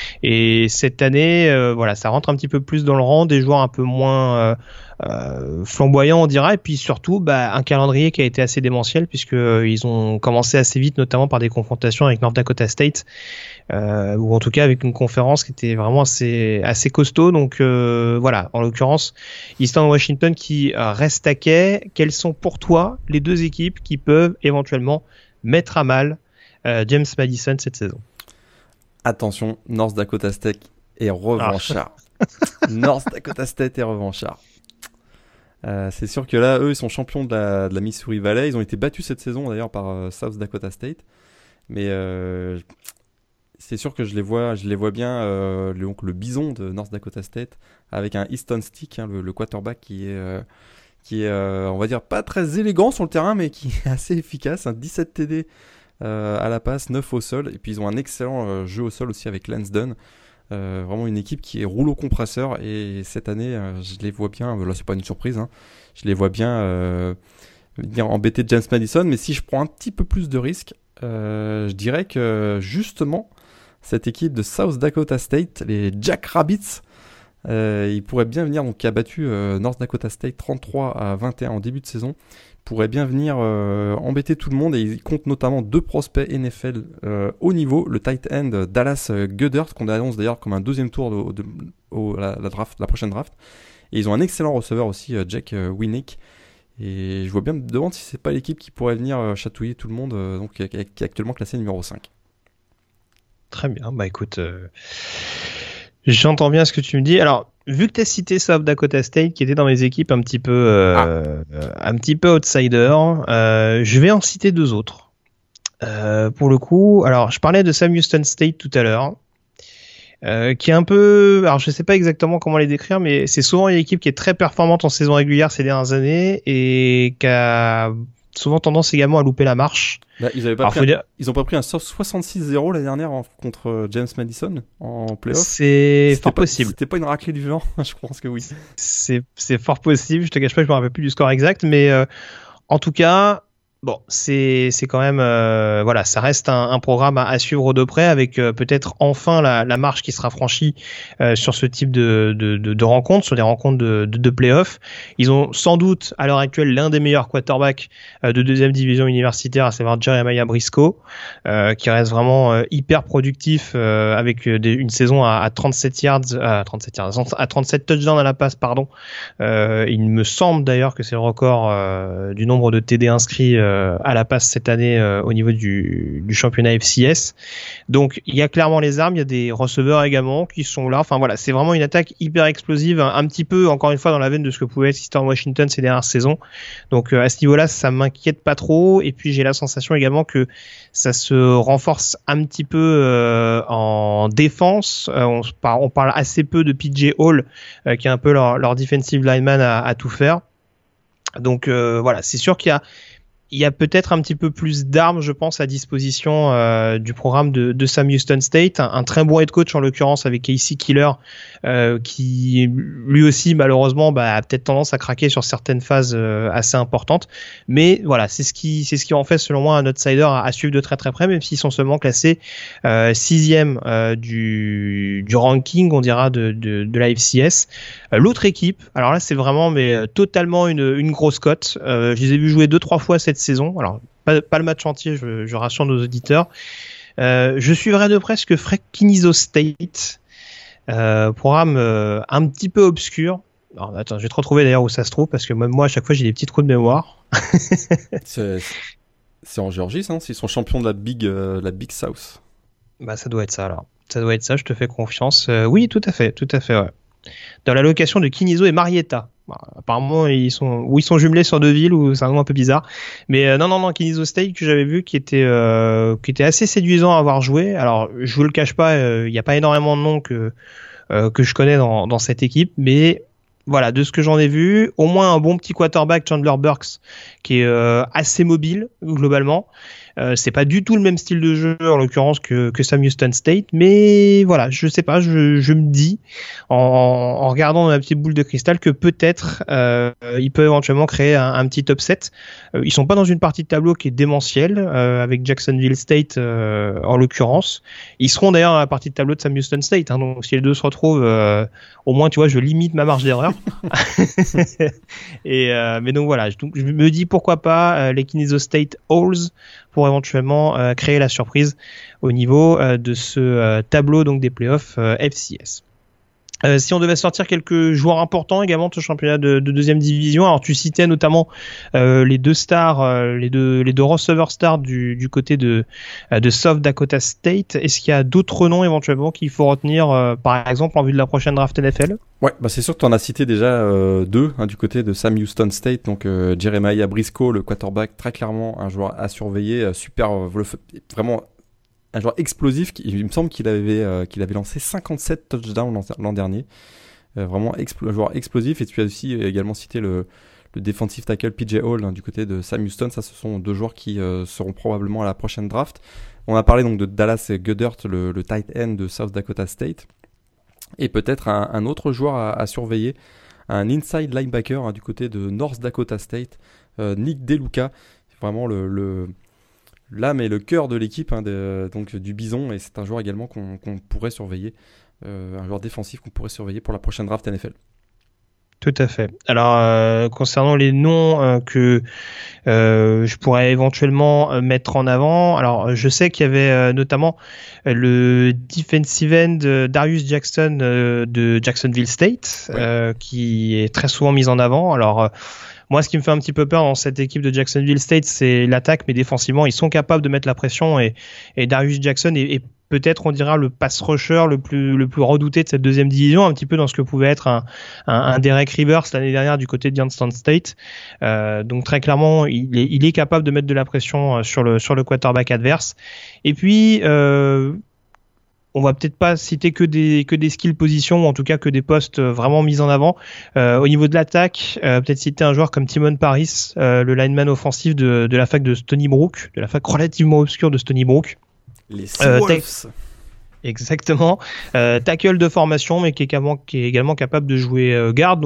Et cette année, euh, voilà, ça rentre un petit peu plus dans le rang des joueurs un peu moins euh, euh, flamboyants, on dira, et puis surtout, bah, un calendrier qui a été assez démentiel puisque euh, ils ont commencé assez vite, notamment par des confrontations avec North Dakota State. Euh, ou en tout cas avec une conférence qui était vraiment assez assez costaud. Donc euh, voilà, en l'occurrence Eastern Washington qui euh, reste taquet. Quelles sont pour toi les deux équipes qui peuvent éventuellement mettre à mal euh, James Madison cette saison? Attention, North Dakota State est revanchard. Ah. North Dakota State est revanchard. Euh, c'est sûr que là, eux, ils sont champions de la, de la Missouri Valley. Ils ont été battus cette saison d'ailleurs par euh, South Dakota State. Mais euh, c'est sûr que je les vois, je les vois bien, euh, le, donc le bison de North Dakota State avec un Easton Stick, hein, le, le quarterback qui est, euh, qui est euh, on va dire, pas très élégant sur le terrain, mais qui est assez efficace. Un dix-sept T D euh, à la passe, neuf au sol. Et puis ils ont un excellent euh, jeu au sol aussi avec Lansdowne. Euh, vraiment une équipe qui est rouleau compresseur. Et cette année, euh, je les vois bien, là c'est pas une surprise, hein, je les vois bien euh, venir embêter James Madison. Mais si je prends un petit peu plus de risques, euh, je dirais que justement, cette équipe de South Dakota State, les Jack Rabbits, euh, ils pourraient bien venir, donc qui a battu euh, North Dakota State trente-trois à vingt et un en début de saison, pourraient bien venir euh, embêter tout le monde. Et ils comptent notamment deux prospects N F L euh, haut niveau, le tight end Dallas Goedert, qu'on annonce d'ailleurs comme un deuxième tour de, de, de la, la, draft, la prochaine draft. Et ils ont un excellent receveur aussi, euh, Jack euh, Winnick. Et je vois bien me demander si c'est pas l'équipe qui pourrait venir euh, chatouiller tout le monde, euh, donc qui est, qui est actuellement classée numéro cinq. Très bien, bah écoute, euh, j'entends bien ce que tu me dis. Alors, vu que tu as cité South Dakota State, qui était dans mes équipes un petit peu, euh, ah. euh, un petit peu outsider, euh, je vais en citer deux autres. Euh, pour le coup, alors je parlais de Sam Houston State tout à l'heure, euh, qui est un peu, alors je sais pas exactement comment les décrire, mais c'est souvent une équipe qui est très performante en saison régulière ces dernières années et qui a souvent tendance également à louper la marche. Bah, ils avaient pas Alors, pris un, dire... ils ont pas pris un soixante-six zéro l'année dernière en, contre James Madison en playoff. C'est c'était fort pas, possible. C'était pas une raclée du genre, je pense que oui. C'est, c'est fort possible. Je te cache pas, je me rappelle plus du score exact, mais euh, En tout cas, bon, c'est c'est quand même euh, voilà, ça reste un, un programme à, à suivre de près avec euh, peut-être enfin la, la marche qui sera franchie euh, sur ce type de, de, de, de rencontres, sur des rencontres de, de, de play-off. Ils ont sans doute à l'heure actuelle l'un des meilleurs quarterbacks euh, de deuxième division universitaire, à savoir Jeremiah Briscoe, euh, qui reste vraiment euh, hyper productif euh, avec des, une saison à, à trente-sept yards, à trente-sept yards, à trente-sept touchdowns à la passe, pardon. Euh, il me semble d'ailleurs que c'est le record euh, du nombre de T D inscrits euh, à la passe cette année euh, au niveau du, du championnat F C S. Donc il y a clairement les armes, il y a des receveurs également qui sont là. Enfin voilà, c'est vraiment une attaque hyper explosive, un, un petit peu encore une fois dans la veine de ce que pouvait être Eastern Washington ces dernières saisons. Donc euh, à ce niveau-là, ça m'inquiète pas trop. Et puis j'ai la sensation également que ça se renforce un petit peu euh, en défense. Euh, on, par, on parle assez peu de P J Hall, euh, qui est un peu leur, leur defensive lineman à, à tout faire. Donc euh, voilà, c'est sûr qu'il y a Il y a peut-être un petit peu plus d'armes, je pense, à disposition euh, du programme de, de Sam Houston State. Un, un très bon head coach, en l'occurrence, avec Casey Killer, euh, qui lui aussi, malheureusement, bah, a peut-être tendance à craquer sur certaines phases euh, assez importantes. Mais voilà, c'est ce qui, c'est ce qui en fait, selon moi, un outsider à, à suivre de très très près, même s'ils sont seulement classés euh, sixième euh, du, du ranking, on dira, de, de, de la F C S. Euh, l'autre équipe, alors là, c'est vraiment mais totalement une, une grosse cote. Euh, je les ai vus jouer deux trois fois cette saison. Alors, pas, pas le match entier, je, je rassure nos auditeurs. Euh, je suivrai de près ce que ferait Kinizo State, euh, programme euh, un petit peu obscur. Alors, attends, je vais te retrouver d'ailleurs où ça se trouve, parce que même moi, à chaque fois, j'ai des petits trous de mémoire. c'est, c'est en Géorgie, ça, hein, ils sont champions de la Big, euh, la Big South. Bah, ça doit être ça, alors. Ça doit être ça, je te fais confiance. Euh, oui, tout à fait, tout à fait, ouais. Dans la location de Kinizo et Marietta. Bon, apparemment, ils sont, ou ils sont jumelés sur deux villes, ou c'est un nom un peu bizarre. Mais euh, non, non, non, Kinizo State que j'avais vu, qui était, euh, qui était assez séduisant à avoir joué. Alors, je vous le cache pas, il euh, n'y a pas énormément de noms que euh, que je connais dans dans cette équipe, mais voilà, de ce que j'en ai vu, au moins un bon petit quarterback, Chandler Burks, qui est euh, assez mobile globalement. Euh, c'est pas du tout le même style de jeu en l'occurrence que, que Sam Houston State, mais voilà, je sais pas, je, je me dis en, en regardant dans ma petite boule de cristal que peut-être euh, il peut éventuellement créer un, un petit upset. Euh, ils sont pas dans une partie de tableau qui est démentielle euh, avec Jacksonville State euh, en l'occurrence. Ils seront d'ailleurs dans la partie de tableau de Sam Houston State, hein, donc si les deux se retrouvent, euh, au moins tu vois, je limite ma marge d'erreur. Et euh, mais donc voilà, donc je me dis pourquoi pas euh, les Kinizo State Owls pour éventuellement euh, créer la surprise au niveau euh, de ce euh, tableau donc des playoffs euh, F C S. Euh, si on devait sortir quelques joueurs importants également de ce championnat de, de deuxième division, alors tu citais notamment euh, les deux stars, euh, les deux les deux receveurs stars du, du côté de de South Dakota State. Est-ce qu'il y a d'autres noms éventuellement qu'il faut retenir, euh, par exemple en vue de la prochaine draft N F L? Ouais, bah c'est sûr que tu en as cité déjà euh, deux hein, du côté de Sam Houston State, donc euh, Jeremiah Briscoe, le quarterback, très clairement un joueur à surveiller, euh, super, euh, vraiment un joueur explosif. Qui, il me semble qu'il avait euh, qu'il avait lancé cinquante-sept touchdowns l'an, l'an dernier, euh, vraiment expl- un joueur explosif. Et tu as aussi également cité le le defensive tackle P J Hall hein, du côté de Sam Houston. Ça, ce sont deux joueurs qui euh, seront probablement à la prochaine draft. On a parlé donc de Dallas Goedert, le, le tight end de South Dakota State. Et peut-être un, un autre joueur à, à surveiller, un inside linebacker hein, du côté de North Dakota State, euh, Nick DeLuca, vraiment le, le, l'âme et le cœur de l'équipe hein, de, donc, du Bison, et c'est un joueur également qu'on, qu'on pourrait surveiller, euh, un joueur défensif qu'on pourrait surveiller pour la prochaine draft N F L. Tout à fait. Alors, euh, concernant les noms euh, que euh, je pourrais éventuellement euh, mettre en avant, alors je sais qu'il y avait euh, notamment euh, le defensive end euh, Darius Jackson euh, de Jacksonville State, ouais. euh, qui est très souvent mis en avant. Alors, euh, moi, ce qui me fait un petit peu peur dans cette équipe de Jacksonville State, c'est l'attaque, mais défensivement, ils sont capables de mettre la pression, et, et Darius Jackson est, est peut-être, on dira, le pass rusher le plus, le plus redouté de cette deuxième division, un petit peu dans ce que pouvait être un, un, un Derek Rivers l'année dernière du côté de Youngstown State. Euh, donc très clairement, il est, il est capable de mettre de la pression sur le, sur le quarterback adverse. Et puis, euh, on va peut-être pas citer que des, que des skill positions, ou en tout cas que des postes vraiment mis en avant. Euh, au niveau de l'attaque, euh, peut-être citer un joueur comme Timon Paris, euh, le lineman offensif de, de la fac de Stony Brook, de la fac relativement obscure de Stony Brook. Les Seawolves. Euh, ta- Exactement. Euh, tackle de formation, mais qui est également, qui est également capable de jouer euh, garde, donc qui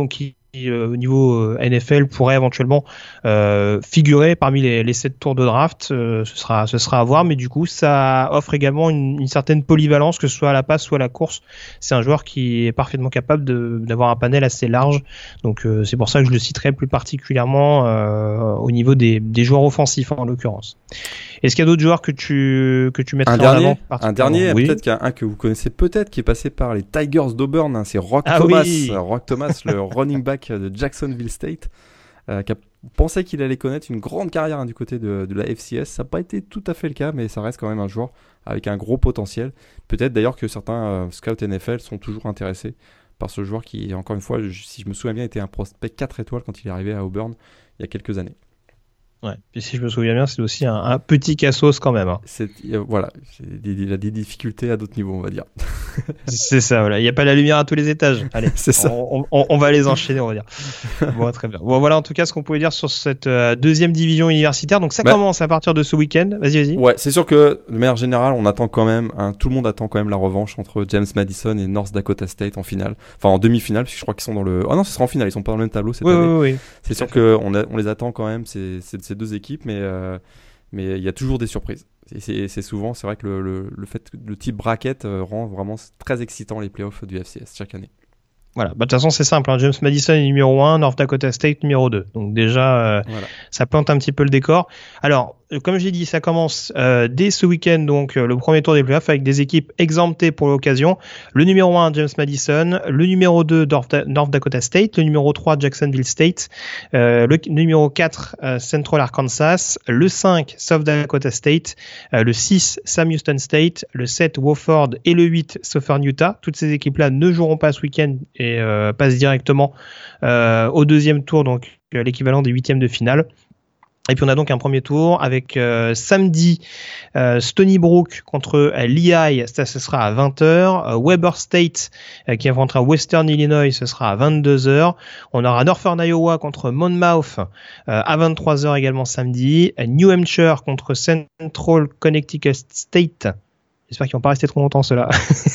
euh, au niveau euh, N F L pourrait éventuellement euh, figurer parmi les, les sept tours de draft. Euh, ce sera, ce sera à voir, mais du coup, ça offre également une, une certaine polyvalence, que ce soit à la passe ou à la course. C'est un joueur qui est parfaitement capable de, d'avoir un panel assez large. Donc, euh, c'est pour ça que je le citerai plus particulièrement euh, au niveau des, des joueurs offensifs, en l'occurrence. Est-ce qu'il y a d'autres joueurs que tu, que tu mettrais un dernier, en avant? Un dernier, oui. peut-être qu'il y a un que vous connaissez peut-être, qui est passé par les Tigers d'Auburn, hein, c'est Rock ah Thomas. Oui. Rock Thomas, le running back de Jacksonville State, euh, qui a pensé qu'il allait connaître une grande carrière hein, du côté de, de la F C S. Ça n'a pas été tout à fait le cas, mais ça reste quand même un joueur avec un gros potentiel. Peut-être d'ailleurs que certains euh, scouts N F L sont toujours intéressés par ce joueur qui, encore une fois, je, si je me souviens bien, était un prospect quatre étoiles quand il est arrivé à Auburn il y a quelques années. Ouais. Et si je me souviens bien, c'est aussi un, un petit cassos quand même. Hein. C'est, euh, voilà, c'est des, il a des difficultés à d'autres niveaux, on va dire. C'est ça, voilà. Il n'y a pas la lumière à tous les étages. Allez, c'est ça. On, on, on va les enchaîner, on va dire. Bon, très bien. Bon, voilà en tout cas ce qu'on pouvait dire sur cette euh, deuxième division universitaire. Donc ça bah, commence à partir de ce week-end. Vas-y, vas-y. Ouais, c'est sûr que de manière générale, on attend quand même, hein, tout le monde attend quand même la revanche entre James Madison et North Dakota State en finale. Enfin, en demi-finale, parce que je crois qu'ils sont dans le. Oh non, ce sera en finale. Ils sont pas dans le même tableau cette oui, année. Oui, oui. C'est sûr qu'on on les attend quand même, ces, ces, ces deux équipes, mais. Euh, mais il y a toujours des surprises. Et c'est, c'est souvent, c'est vrai que le, le, le fait, le type bracket euh, rend vraiment très excitant les playoffs du F C S chaque année. Voilà, bah, de toute façon c'est simple, hein. James Madison est numéro un, North Dakota State numéro deux. Donc déjà, euh, voilà. Ça plante un petit peu le décor. Alors, comme j'ai dit, ça commence euh, dès ce week-end, donc euh, le premier tour des playoffs avec des équipes exemptées pour l'occasion. Le numéro un, James Madison, le numéro deux, North, North Dakota State, le numéro trois, Jacksonville State, euh, le numéro quatre, euh, Central Arkansas, le cinq, South Dakota State, euh, le six, Sam Houston State, le sept, Wofford et le huit, Southern Utah. Toutes ces équipes-là ne joueront pas ce week-end et euh, passent directement euh, au deuxième tour, donc euh, l'équivalent des huitièmes de finale. Et puis on a donc un premier tour avec euh, samedi euh, Stony Brook contre euh, Lehigh, ça ce sera à vingt heures. Euh, Weber State euh, qui affrontera Western Illinois, ce sera à vingt-deux heures. On aura Northern Iowa contre Monmouth euh, à vingt-trois heures également samedi. Euh, New Hampshire contre Central Connecticut State. J'espère qu'ils vont pas rester trop longtemps ceux-là.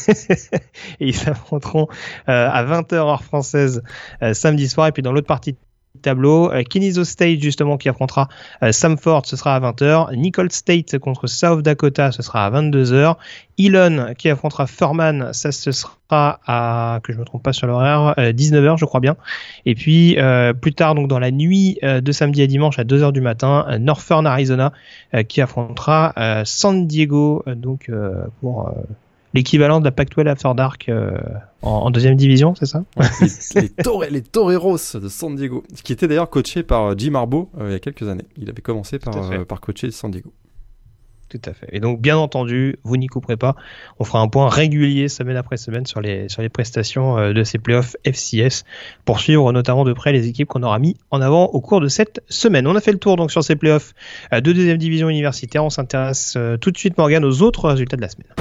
Et ils s'affronteront euh, à vingt heures heure française euh, samedi soir. Et puis dans l'autre partie tableau, euh, Kennesaw State justement qui affrontera euh, Samford, ce sera à vingt heures. Nicholls State contre South Dakota, ce sera à vingt-deux heures. Elon qui affrontera Furman, ça ce sera à, que je me trompe pas sur l'horaire, euh, dix-neuf heures je crois bien. Et puis euh, plus tard donc dans la nuit euh, de samedi à dimanche à deux heures du matin, euh, Northern Arizona euh, qui affrontera euh, San Diego euh, donc euh, pour euh, l'équivalent de la Pac douze After Dark euh, en, en deuxième division, c'est ça? les, les, tore- les Toreros de San Diego, qui était d'ailleurs coaché par Jim Harbaugh euh, il y a quelques années. Il avait commencé par, euh, par coacher San Diego. Tout à fait. Et donc, bien entendu, vous n'y couperez pas. On fera un point régulier semaine après semaine sur les, sur les prestations euh, de ces playoffs F C S pour suivre notamment de près les équipes qu'on aura mis en avant au cours de cette semaine. On a fait le tour donc sur ces playoffs euh, de deuxième division universitaire. On s'intéresse euh, tout de suite, Morgane, aux autres résultats de la semaine.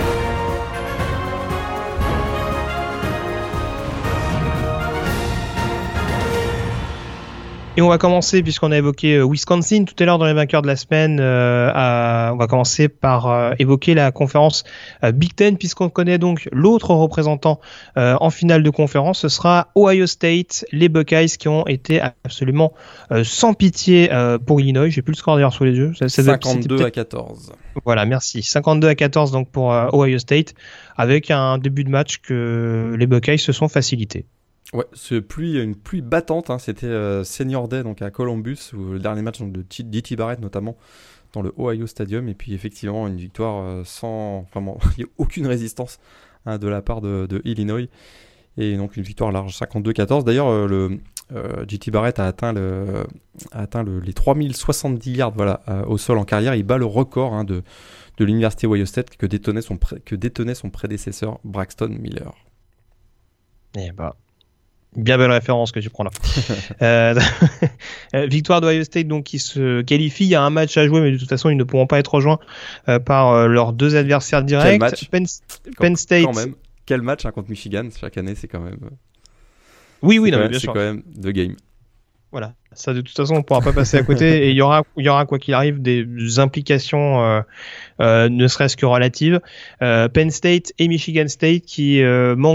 Et on va commencer, puisqu'on a évoqué euh, Wisconsin tout à l'heure dans les vainqueurs de la semaine, euh, à, on va commencer par euh, évoquer la conférence euh, Big Ten, puisqu'on connaît donc l'autre représentant euh, en finale de conférence, ce sera Ohio State, les Buckeyes qui ont été absolument euh, sans pitié euh, pour Illinois. J'ai plus le score d'ailleurs sous les yeux. Ça, ça cinquante-deux à quatorze. Voilà, merci. cinquante-deux à quatorze donc pour euh, Ohio State, avec un début de match que les Buckeyes se sont facilités. Ouais, ce pluie, une pluie battante, hein, c'était euh, Senior Day donc à Columbus, où le dernier match donc, de D T Barrett notamment dans le Ohio Stadium, et puis effectivement une victoire euh, sans vraiment, il n'y a aucune résistance hein, de la part de, de Illinois, et donc une victoire large cinquante-deux à quatorze. D'ailleurs euh, le euh, J T Barrett a atteint, le, a atteint le, les trois mille soixante-dix yards voilà, euh, au sol en carrière. Il bat le record hein, de, de l'université Ohio State que détenait son, pré, que détenait son prédécesseur Braxton Miller. Et bah bien belle référence que tu prends là. euh, victoire d'Ohio State donc qui se qualifie. Il y a un match à jouer, mais de toute façon ils ne pourront pas être rejoints euh, par euh, leurs deux adversaires directs. Quel match Penn, quand, Penn State. Quand même. Quel match hein, contre Michigan chaque année, c'est quand même. Oui, oui, non, mais même, bien c'est sûr. quand même the game. Voilà, ça de toute façon on pourra pas passer à côté et il y aura, il y aura quoi qu'il arrive des implications, euh, euh, ne serait-ce que relatives. Euh, Penn State et Michigan State qui euh, manquent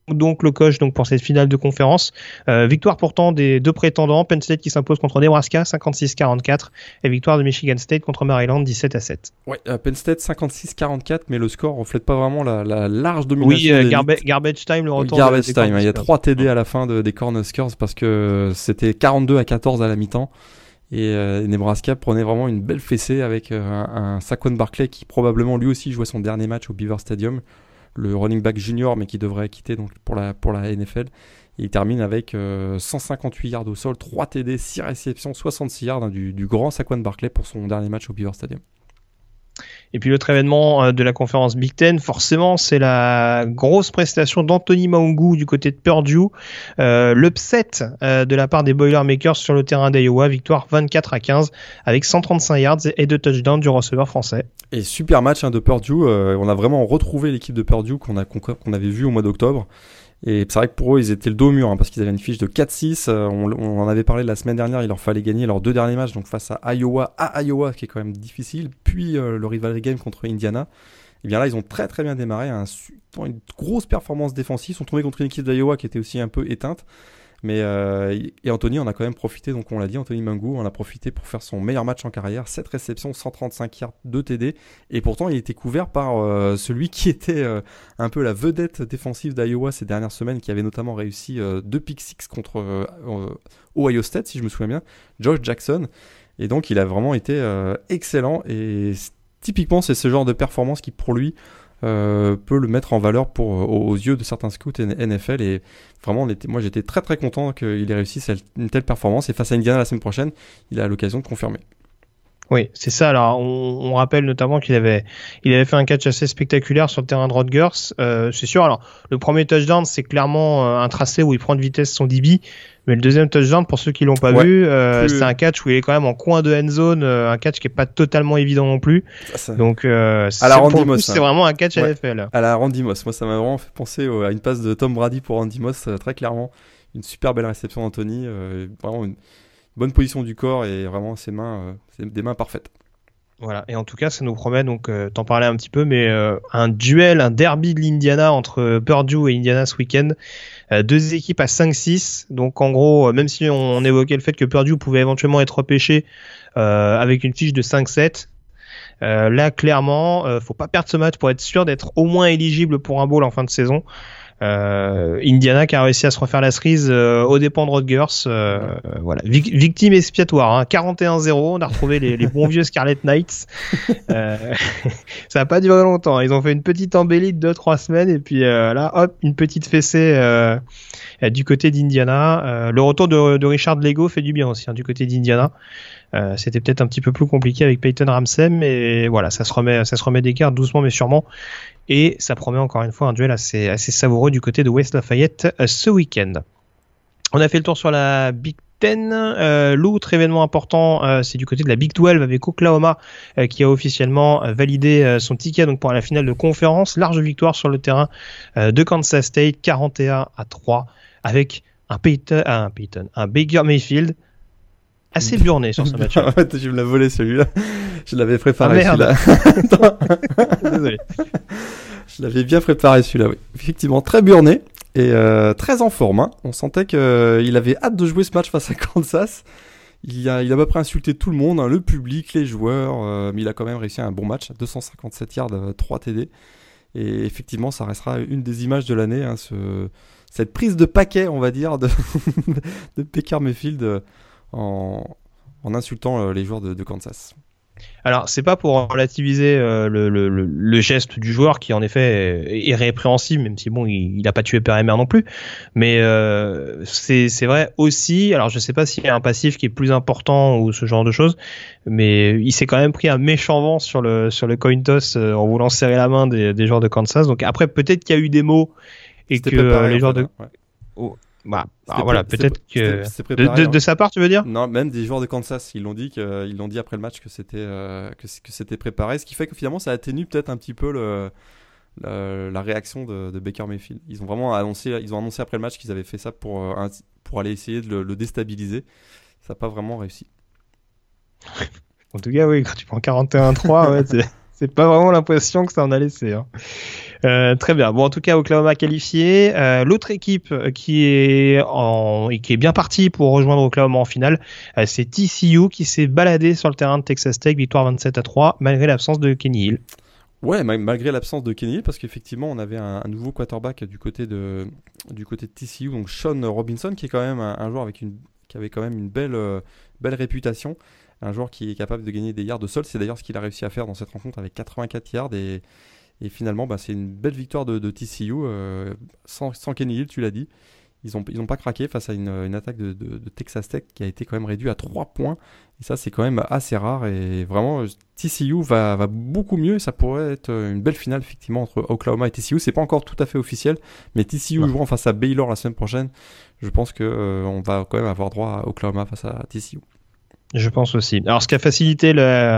donc le coach donc pour cette finale de conférence. Euh, victoire pourtant des deux prétendants, Penn State qui s'impose contre Nebraska cinquante-six quarante-quatre et victoire de Michigan State contre Maryland dix-sept à sept. Ouais, euh, Penn State cinquante-six quarante-quatre, mais le score reflète pas vraiment la, la large domination. Oui, euh, garba- garbage time, le retour. Oui, garbage de, time, il y a trois T D à la fin de, des Cornhuskers parce que c'était quarante-deux à quatorze à la mi-temps. Et euh, Nebraska prenait vraiment une belle fessée avec euh, un, un Saquon Barkley qui probablement lui aussi jouait son dernier match au Beaver Stadium, le running back junior mais qui devrait quitter donc pour la, pour la N F L. Et il termine avec euh, cent cinquante-huit yards au sol, trois T D, six réceptions, soixante-six yards hein, du, du grand Saquon Barkley pour son dernier match au Beaver Stadium. Et puis l'autre événement de la conférence Big Ten, forcément, c'est la grosse prestation d'Anthony Maungu du côté de Purdue. Euh, l'upset euh, de la part des Boilermakers sur le terrain d'Iowa, victoire vingt-quatre à quinze avec cent trente-cinq yards et deux touchdowns du receveur français. Et super match hein, de Purdue. Euh, on a vraiment retrouvé l'équipe de Purdue qu'on, a, qu'on, qu'on avait vue au mois d'octobre. Et c'est vrai que pour eux, ils étaient le dos au mur hein, parce qu'ils avaient une fiche de quatre six. Euh, on, on en avait parlé la semaine dernière, il leur fallait gagner leurs deux derniers matchs donc face à Iowa, à Iowa, qui est quand même difficile, puis euh, le rivalry game contre Indiana. Et bien là, ils ont très très bien démarré, un, une grosse performance défensive. Ils sont tombés contre une équipe d'Iowa qui était aussi un peu éteinte. Mais euh, et Anthony en a quand même profité, donc on l'a dit, Anthony Maungu en a profité pour faire son meilleur match en carrière, sept réceptions, cent trente-cinq yards, deux T D, et pourtant il était couvert par euh, celui qui était euh, un peu la vedette défensive d'Iowa ces dernières semaines, qui avait notamment réussi euh, deux pick six contre euh, euh, Ohio State, si je me souviens bien, Josh Jackson, et donc il a vraiment été euh, excellent, et typiquement c'est ce genre de performance qui pour lui Euh, peut le mettre en valeur pour, aux, aux yeux de certains scouts N F L, et vraiment on était, moi j'étais très très content qu'il ait réussi cette, une telle performance, et face à Indiana la semaine prochaine il a l'occasion de confirmer. Oui, c'est ça. Alors, on, on rappelle notamment qu'il avait, il avait fait un catch assez spectaculaire sur le terrain de Rutgers. Euh, c'est sûr. Alors, le premier touchdown, c'est clairement euh, un tracé où il prend de vitesse son D B. Mais le deuxième touchdown, pour ceux qui l'ont pas ouais, vu, euh, plus... c'est un catch où il est quand même en coin de end zone, euh, un catch qui est pas totalement évident non plus. Ça... Donc, euh, à la Randy Moss, c'est hein. vraiment un catch ouais. N F L. À la Randy Moss. Moi, ça m'a vraiment fait penser à une passe de Tom Brady pour Randy Moss, euh, très clairement. Une super belle réception d'Anthony, euh, vraiment une bonne position du corps et vraiment ses mains, euh, c'est des mains parfaites. Voilà, et en tout cas, ça nous promet, donc, euh, t'en parlais un petit peu, mais euh, un duel, un derby de l'Indiana entre Purdue et Indiana ce week-end. Euh, deux équipes à cinq six, donc en gros, euh, même si on, on évoquait le fait que Purdue pouvait éventuellement être repêché euh, avec une fiche de cinq sept, euh, là, clairement, euh, faut pas perdre ce match pour être sûr d'être au moins éligible pour un bowl en fin de saison. Euh, Indiana qui a réussi à se refaire la cerise euh, aux dépens de Rutgers, euh, euh, voilà, Vic- victime expiatoire, hein. quarante et un zéro, on a retrouvé les, les bons vieux Scarlet Knights. Euh, ça n'a pas duré longtemps, ils ont fait une petite embellie de deux trois semaines et puis euh, là, hop, une petite fessée euh, du côté d'Indiana. Euh, le retour de, de Richard Lego fait du bien aussi hein, du côté d'Indiana. Euh, c'était peut-être un petit peu plus compliqué avec Peyton Ramsey, mais voilà, ça se remet, ça se remet d'écart doucement mais sûrement. Et ça promet encore une fois un duel assez, assez savoureux du côté de West Lafayette euh, ce week-end. On a fait le tour sur la Big Ten. Euh, l'autre événement important, euh, c'est du côté de la Big douze avec Oklahoma euh, qui a officiellement euh, validé euh, son ticket donc pour la finale de conférence. Large victoire sur le terrain euh, de Kansas State, quarante et un à trois, avec un Peyton, un Peyton, un Baker Mayfield assez burné sur ce match. Je me l'ai volé celui-là. Je l'avais préparé ah, celui-là. Désolé. Je l'avais bien préparé celui-là, oui. Effectivement, très burné et euh, très en forme. Hein. On sentait qu'il euh, avait hâte de jouer ce match face à Kansas. Il a, il a à peu près insulté tout le monde, hein, le public, les joueurs, euh, mais il a quand même réussi un bon match. deux cent cinquante-sept yards, euh, trois T D. Et effectivement, ça restera une des images de l'année. Hein, ce, cette prise de paquet, on va dire, de, de Baker Mayfield euh, en, en insultant euh, les joueurs de, de Kansas. Alors, c'est pas pour relativiser euh, le, le, le, le geste du joueur qui, en effet, est, est répréhensible, même si, bon, il, il a pas tué père et mère non plus. Mais euh, c'est, c'est vrai aussi, alors je sais pas s'il y a un passif qui est plus important ou ce genre de choses, mais il s'est quand même pris un méchant vent sur le, sur le coin toss euh, en voulant serrer la main des, des joueurs de Kansas. Donc après, peut-être qu'il y a eu des mots et C'était que préparé, les joueurs de... Ouais. Oh. Bah, alors voilà, pré- peut-être que c'était, c'était de, de, de sa part, tu veux dire ? Non, même des joueurs de Kansas, ils l'ont dit que, ils l'ont dit après le match que c'était euh, que, que c'était préparé, ce qui fait que finalement ça atténue peut-être un petit peu le, la, la réaction de, de Baker Mayfield. Ils ont vraiment annoncé, ils ont annoncé après le match qu'ils avaient fait ça pour euh, pour aller essayer de le, le déstabiliser. Ça n'a pas vraiment réussi. En tout cas, oui, quand tu prends quarante et un à trois, ouais, c'est, c'est pas vraiment l'impression que ça en a laissé. Hein. Euh, très bien. Bon, en tout cas, Oklahoma qualifié. Euh, l'autre équipe qui est en et qui est bien partie pour rejoindre Oklahoma en finale, euh, c'est T C U qui s'est baladé sur le terrain de Texas Tech, victoire vingt-sept à trois, malgré l'absence de Kenny Hill. Ouais, malgré l'absence de Kenny Hill, parce qu'effectivement, on avait un, un nouveau quarterback du côté de du côté de T C U, donc Sean Robinson, qui est quand même un, un joueur avec une qui avait quand même une belle euh, belle réputation, un joueur qui est capable de gagner des yards de sol. C'est d'ailleurs ce qu'il a réussi à faire dans cette rencontre avec quatre-vingt-quatre yards et Et finalement, bah, c'est une belle victoire de, de T C U, euh, sans, sans Kenny Hill, tu l'as dit. Ils n'ont ils ont pas craqué face à une, une attaque de, de, de Texas Tech qui a été quand même réduite à trois points. Et ça, c'est quand même assez rare. Et vraiment, T C U va, va beaucoup mieux. Et ça pourrait être une belle finale, effectivement, entre Oklahoma et T C U. C'est pas encore tout à fait officiel, mais T C U ouais. jouant face à Baylor la semaine prochaine, je pense qu'on euh, va quand même avoir droit à Oklahoma face à T C U. Je pense aussi. Alors, ce qui a facilité le...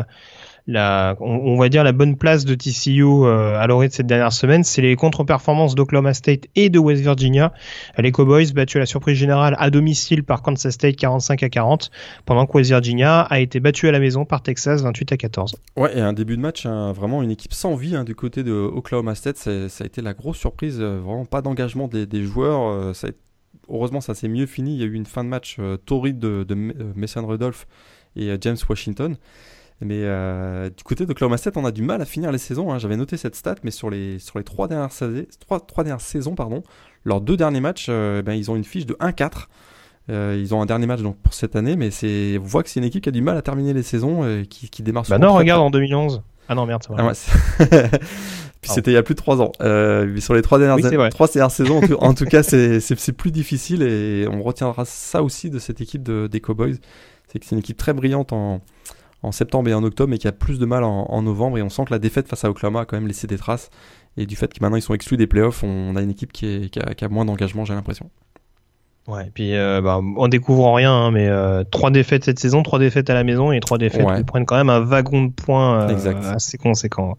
La, on, on va dire la bonne place de T C U euh, à l'orée de cette dernière semaine, c'est les contre-performances d'Oklahoma State et de West Virginia. Les Cowboys battus à la surprise générale à domicile par Kansas State quarante-cinq à quarante, pendant que West Virginia a été battu à la maison par Texas vingt-huit à quatorze. Ouais, et un début de match, hein, vraiment une équipe sans vie hein, du côté de Oklahoma State. C'est, ça a été la grosse surprise, euh, vraiment pas d'engagement des, des joueurs. Euh, ça a été, heureusement, ça s'est mieux fini. Il y a eu une fin de match euh, torride de, de, de Mason Rudolph et euh, James Washington. Mais euh, du côté d'Oklahoma State, on a du mal à finir les saisons. Hein. J'avais noté cette stat, mais sur les, sur les trois, dernières saisons, trois, trois dernières saisons, pardon, leurs deux derniers matchs, euh, ben, ils ont une fiche de un quatre. Euh, ils ont un dernier match donc, pour cette année, mais c'est, on voit que c'est une équipe qui a du mal à terminer les saisons, euh, qui, qui démarre Bah non, regarde en deux mille onze. Ah non, merde, c'est vrai. Ah ouais, c'est... Puis c'était il y a plus de trois ans. Euh, mais sur les trois dernières, oui, a... trois dernières saisons, en tout, en tout cas, c'est, c'est, c'est plus difficile et on retiendra ça aussi de cette équipe de, des Cowboys. C'est que c'est une équipe très brillante en... en septembre et en octobre, mais qui a plus de mal en, en novembre. Et on sent que la défaite face à Oklahoma a quand même laissé des traces. Et du fait que maintenant ils sont exclus des playoffs, on a une équipe qui, est, qui, a, qui a moins d'engagement, j'ai l'impression. Ouais, et puis euh, bah, on découvre rien, hein, mais euh, trois défaites cette saison, trois défaites à la maison et trois défaites ouais. qui prennent quand même un wagon de points euh, assez conséquent.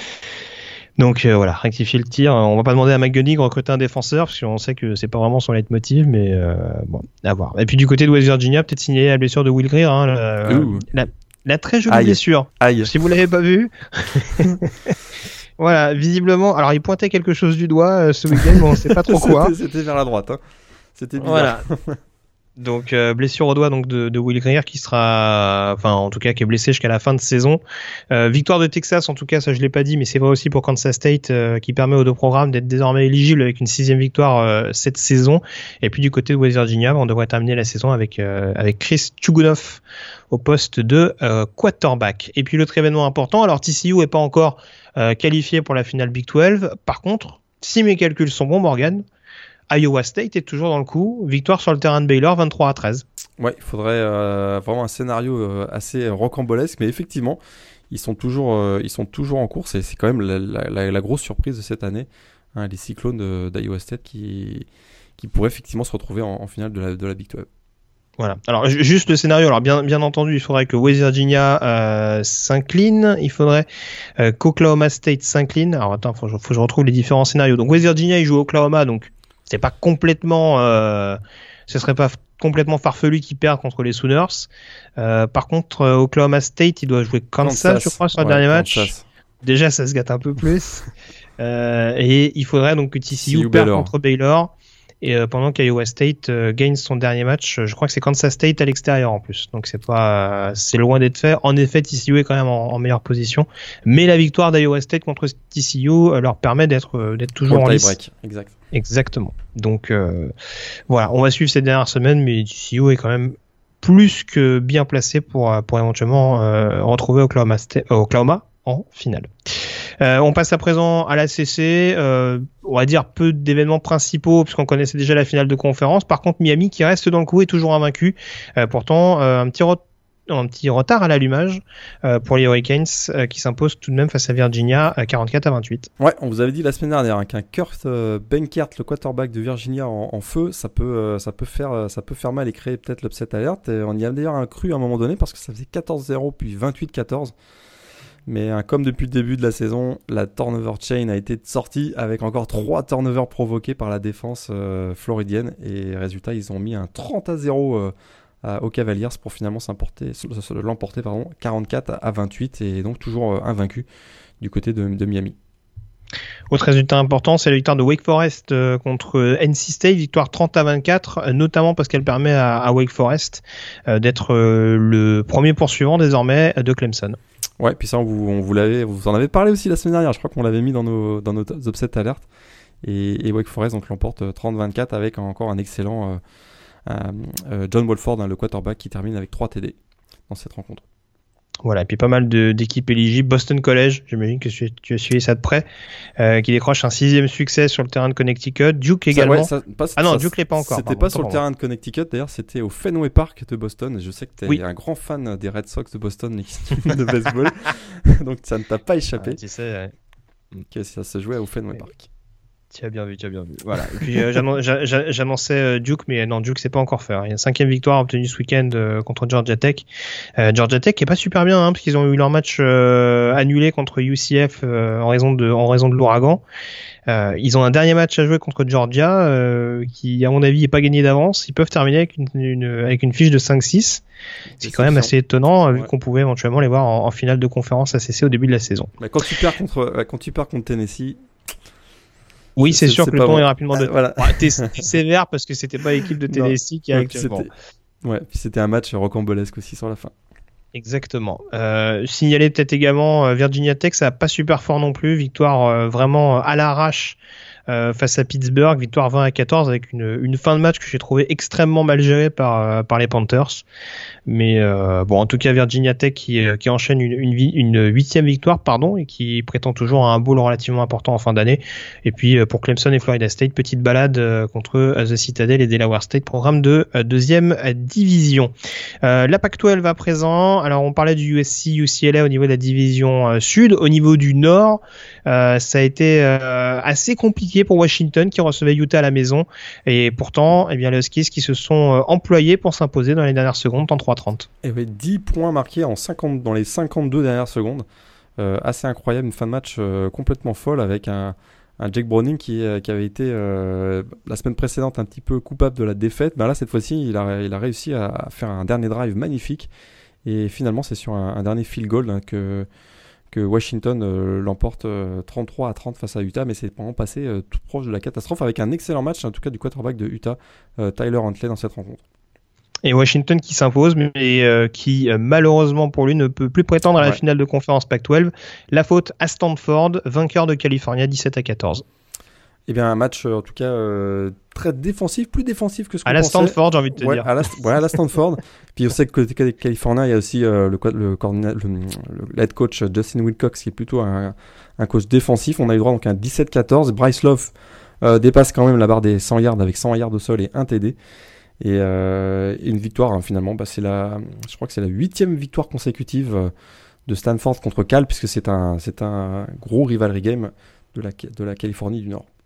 Donc euh, voilà, rectifier le tir. On va pas demander à McGonig de recruter un défenseur parce qu'on sait que c'est pas vraiment son leitmotiv, mais euh, bon, à voir. Et puis du côté de West Virginia, peut-être signaler la blessure de Will Greer, hein, la, la, la très jolie Aïe. blessure. Aïe. Si vous l'avez pas vu. Voilà, visiblement, alors il pointait quelque chose du doigt euh, ce week-end, mais on sait pas trop quoi. C'était, c'était vers la droite, hein. C'était bizarre. Voilà. Donc euh, blessure au doigt donc de, de Will Greer qui sera, enfin en tout cas qui est blessé jusqu'à la fin de saison. Euh, victoire de Texas en tout cas, ça je l'ai pas dit, mais c'est vrai aussi pour Kansas State euh, qui permet aux deux programmes d'être désormais éligibles avec une sixième victoire euh, cette saison. Et puis du côté de West Virginia, on devrait terminer la saison avec euh, avec Chris Chugunov au poste de euh, quarterback. Et puis l'autre événement important, alors T C U est pas encore euh, qualifié pour la finale Big douze. Par contre, si mes calculs sont bons, Morgan, Iowa State est toujours dans le coup. Victoire sur le terrain de Baylor, vingt-trois à treize. Ouais, il faudrait euh, vraiment un scénario euh, assez rocambolesque, mais effectivement, ils sont toujours, euh, ils sont toujours en course et c'est quand même la, la, la, la grosse surprise de cette année, hein, les Cyclones de, d'Iowa State qui, qui pourraient effectivement se retrouver en, en finale de la, de la Big douze. Voilà. Alors juste le scénario. Alors bien bien entendu, il faudrait que West Virginia euh, s'incline. Il faudrait euh, qu'Oklahoma State s'incline. Alors attends, faut, faut que je retrouve les différents scénarios. Donc West Virginia, il joue Oklahoma, donc c'est pas complètement, euh, ce serait pas f- complètement farfelu qu'ils perdent contre les Sooners. Euh, par contre, euh, Oklahoma State, il doit jouer Kansas, Kansas. je crois, sur le ouais, dernier match. Kansas. Déjà, ça se gâte un peu plus. euh, et il faudrait donc que T C U perde contre Baylor. Et euh, pendant qu'Iowa State euh, gagne son dernier match, je crois que c'est Kansas State à l'extérieur en plus. Donc c'est pas, euh, c'est loin d'être fait. En effet, T C U est quand même en, en meilleure position, mais la victoire d'Iowa State contre T C U euh, leur permet d'être euh, d'être toujours en lice. Break. Exact. Exactement. Donc euh, voilà, on va suivre ces dernières semaines, mais T C U est quand même plus que bien placé pour pour éventuellement euh, retrouver Oklahoma, State, euh, Oklahoma en finale. Euh, on passe à présent à l'A C C, euh, on va dire peu d'événements principaux puisqu'on connaissait déjà la finale de conférence. Par contre, Miami qui reste dans le coup est toujours invaincu. Euh, pourtant, euh, un petit re- un petit retard à l'allumage euh, pour les Hurricanes euh, qui s'imposent tout de même face à Virginia à quarante-quatre à vingt-huit. Ouais, on vous avait dit la semaine dernière hein, qu'un Kurt euh, Benkert, le quarterback de Virginia en, en feu, ça peut euh, ça peut faire ça peut faire mal et créer peut-être l'upset alert. Et on y a d'ailleurs cru à un moment donné parce que ça faisait quatorze zéro puis vingt-huit quatorze. Mais hein, comme depuis le début de la saison, la turnover chain a été sortie avec encore trois turnovers provoqués par la défense euh, floridienne. Et résultat, ils ont mis un trente à zéro euh, à, aux Cavaliers pour finalement s'emporter, l'emporter pardon, quarante-quatre à vingt-huit et donc toujours euh, invaincu du côté de, de Miami. Autre résultat important, c'est la victoire de Wake Forest euh, contre N C State, victoire trente à vingt-quatre, euh, notamment parce qu'elle permet à, à Wake Forest euh, d'être euh, le premier poursuivant désormais de Clemson. Ouais, puis ça, on vous, on vous l'avait, vous en avez parlé aussi la semaine dernière. Je crois qu'on l'avait mis dans nos, dans nos upset alertes. Et, et Wake Forest donc l'emporte trente à vingt-quatre avec encore un excellent euh, euh, John Wolford, hein, le quarterback, qui termine avec trois T D dans cette rencontre. Voilà, et puis pas mal de, d'équipes éligibles. Boston College, j'imagine que tu, tu as suivi ça de près, euh, qui décroche un sixième succès sur le terrain de Connecticut. Duke également. Ça, ouais, ça, pas, ah non, ça, Duke l'est pas encore. C'était pardon, pas sur le pardon. terrain de Connecticut, d'ailleurs, c'était au Fenway Park de Boston. Je sais que tu es oui. un grand fan des Red Sox de Boston, de baseball, donc ça ne t'a pas échappé. Ah, tu sais, ouais. Ok, ça se jouait au Fenway ouais. Park. Tu as bien vu, tu as bien vu. Voilà. Et puis euh, j'annonçais euh, Duke, mais non, Duke c'est pas encore fait. Hein. Il y a une cinquième victoire obtenue ce week-end euh, contre Georgia Tech. Euh, Georgia Tech qui est pas super bien, hein, parce qu'ils ont eu leur match euh, annulé contre U C F euh, en raison de en raison de l'ouragan. Euh, ils ont un dernier match à jouer contre Georgia, euh, qui à mon avis est pas gagné d'avance. Ils peuvent terminer avec une, une avec une fiche de cinq six. C'est, c'est quand même assez étonnant, ouais. vu qu'on pouvait éventuellement les voir en, en finale de conférence A C C au début de la saison. Mais quand tu perds contre quand tu perds contre Tennessee. Oui, c'est, c'est sûr c'est que le ton bon. est rapidement de. Euh, voilà. Ouais, t'es, t'es sévère parce que c'était pas l'équipe de Tennessee qui a actuellement. Ouais, puis c'était un match rocambolesque aussi sur la fin. Exactement. Euh, signaler peut-être également euh, Virginia Tech, ça va pas super fort non plus. Victoire euh, vraiment à l'arrache euh, face à Pittsburgh, victoire vingt à quatorze avec une, une fin de match que j'ai trouvé extrêmement mal gérée par euh, par les Panthers. Mais euh, bon, en tout cas Virginia Tech qui, qui enchaîne une, une, une huitième victoire, pardon, et qui prétend toujours à un bowl relativement important en fin d'année. Et puis pour Clemson et Florida State, petite balade euh, contre The Citadel et Delaware State, programme de euh, deuxième division. Euh, la Pac douze à présent. Alors on parlait du U S C, U C L A au niveau de la division euh, sud. Au niveau du nord, euh, ça a été euh, assez compliqué pour Washington qui recevait Utah à la maison. Et pourtant, eh bien les Huskies qui se sont euh, employés pour s'imposer dans les dernières secondes en trois trente. Il y avait dix points marqués en cinquante, dans les cinquante-deux dernières secondes. Euh, assez incroyable, une fin de match euh, complètement folle avec un, un Jake Browning qui, euh, qui avait été euh, la semaine précédente un petit peu coupable de la défaite. Ben là, cette fois-ci, il a, il a réussi à, à faire un dernier drive magnifique. Et finalement, c'est sur un, un dernier field goal hein, que, que Washington euh, l'emporte euh, trente-trois à trente face à Utah. Mais c'est vraiment passé euh, tout proche de la catastrophe avec un excellent match, en tout cas du quarterback de Utah, euh, Tyler Huntley, dans cette rencontre. Et Washington qui s'impose, mais euh, qui euh, malheureusement pour lui ne peut plus prétendre à la ouais. finale de conférence Pac douze. La faute à Stanford, vainqueur de Californie dix-sept à quatorze. Eh bien un match en tout cas euh, très défensif, plus défensif que ce qu'on à la pensait. Stanford, j'ai envie de te ouais, dire. À la, ouais, à la Stanford. Puis on sait que côté Californie, il y a aussi euh, le, le, le, le head coach Justin Wilcox qui est plutôt un, un coach défensif. On a eu droit donc à un dix-sept quatorze. Bryce Love euh, dépasse quand même la barre des cent yards avec cent yards au sol et un T D. Et euh, une victoire hein, finalement, bah, c'est la, je crois que c'est la huitième victoire consécutive euh, de Stanford contre Cal, puisque c'est un, c'est un gros rivalry game de la, de la Californie du Nord.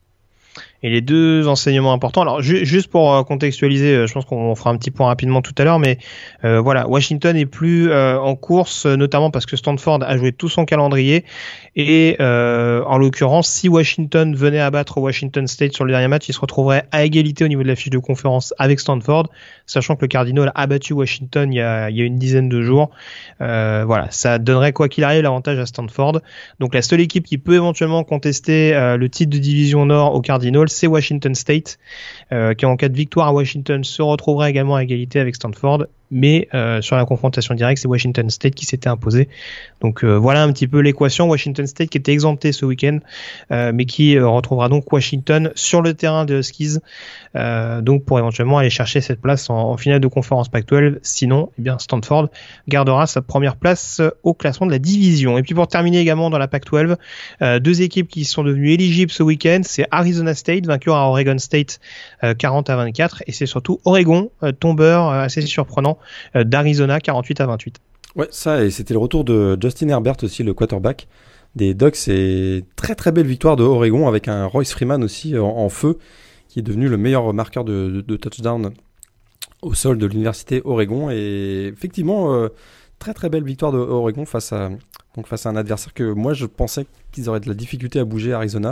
Et les deux enseignements importants, alors ju- juste pour euh, contextualiser, euh, je pense qu'on fera un petit point rapidement tout à l'heure, mais euh, voilà, Washington est plus euh, en course, notamment parce que Stanford a joué tout son calendrier, et euh, en l'occurrence, si Washington venait à battre Washington State sur le dernier match, il se retrouverait à égalité au niveau de la fiche de conférence avec Stanford, sachant que le Cardinal a battu Washington il y a, il y a une dizaine de jours. Euh, voilà, ça donnerait quoi qu'il arrive l'avantage à Stanford. Donc la seule équipe qui peut éventuellement contester euh, le titre de division Nord au Cardinal, c'est Washington State, euh, qui en cas de victoire à Washington se retrouverait également à égalité avec Stanford. Mais euh, sur la confrontation directe, c'est Washington State qui s'était imposé. Donc euh, voilà un petit peu l'équation. Washington State qui était exempté ce week-end, euh, mais qui euh, retrouvera donc Washington sur le terrain des Huskies, euh, donc pour éventuellement aller chercher cette place en, en finale de conférence Pac douze. Sinon, eh bien Stanford gardera sa première place au classement de la division. Et puis pour terminer également dans la Pac douze, euh, deux équipes qui sont devenues éligibles ce week-end, c'est Arizona State, vainqueur à Oregon State euh, quarante à vingt-quatre, et c'est surtout Oregon, euh, tombeur euh, assez surprenant d'Arizona quarante-huit à vingt-huit. Ouais, ça, et c'était le retour de Justin Herbert aussi, le quarterback des Ducks, et très très belle victoire de Oregon avec un Royce Freeman aussi en, en feu, qui est devenu le meilleur marqueur de, de, de touchdown au sol de l'université Oregon. Et effectivement, euh, très très belle victoire de Oregon face à, donc face à un adversaire que moi je pensais qu'ils auraient de la difficulté à bouger, Arizona.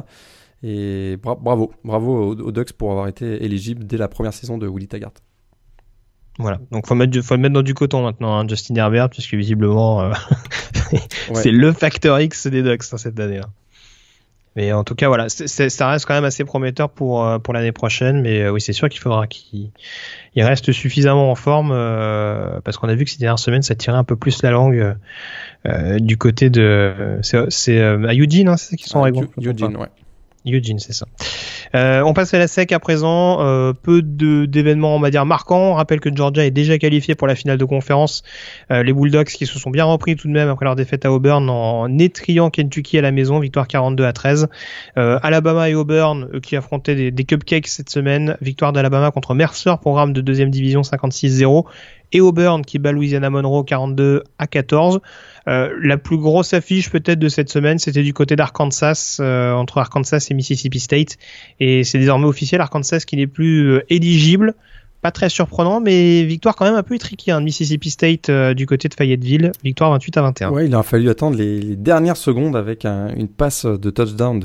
Et bra- bravo, bravo aux, aux Ducks pour avoir été éligibles dès la première saison de Willie Taggart. Voilà, donc faut mettre, faut le mettre dans du coton maintenant, hein, Justin Herbert, parce que visiblement euh, ouais. c'est le facteur X des Ducks hein, cette année-là. Mais en tout cas, voilà, c'est, c'est, ça reste quand même assez prometteur pour pour l'année prochaine. Mais euh, oui, c'est sûr qu'il faudra qu'il il reste suffisamment en forme euh, parce qu'on a vu que ces dernières semaines, ça tirait un peu plus la langue euh, du côté de. C'est, c'est euh, à Eugene, hein, c'est ça qui sont Ah, en règle. Eugene, ouais. Eugene, c'est ça. Euh, on passe à la S E C à présent. Euh, peu de, d'événements, on va dire, marquants. On rappelle que Georgia est déjà qualifié pour la finale de conférence. Euh, les Bulldogs qui se sont bien repris tout de même après leur défaite à Auburn en étriant Kentucky à la maison, victoire quarante-deux à treize. Euh, Alabama et Auburn euh, qui affrontaient des, des cupcakes cette semaine, victoire d'Alabama contre Mercer, programme de deuxième division cinquante-six zéro. Et Auburn qui bat Louisiana Monroe quarante-deux à quatorze. Euh, la plus grosse affiche peut-être de cette semaine, c'était du côté d'Arkansas, euh, entre Arkansas et Mississippi State. Et c'est désormais officiel, Arkansas qui n'est plus euh, éligible. Pas très surprenant, mais victoire quand même un peu tricky hein, de Mississippi State euh, du côté de Fayetteville. Victoire vingt-huit à vingt et un. Ouais, il a fallu attendre les, les dernières secondes avec un, une passe de touchdown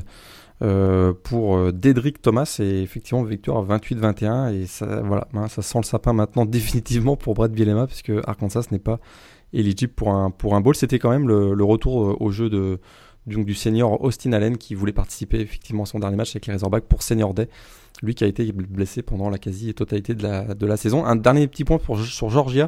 euh, pour euh, Dedrick Thomas. Et effectivement, victoire vingt-huit vingt et un. Et ça, voilà, hein, ça sent le sapin maintenant définitivement pour Brett Bielema, parce que Arkansas n'est pas éligible pour un, pour un bowl. C'était quand même le, le retour au jeu de, donc, du senior Austin Allen qui voulait participer effectivement à son dernier match avec les Razorbacks pour Senior Day. Lui qui a été blessé pendant la quasi-totalité de la, de la saison. Un dernier petit point pour, sur Georgia.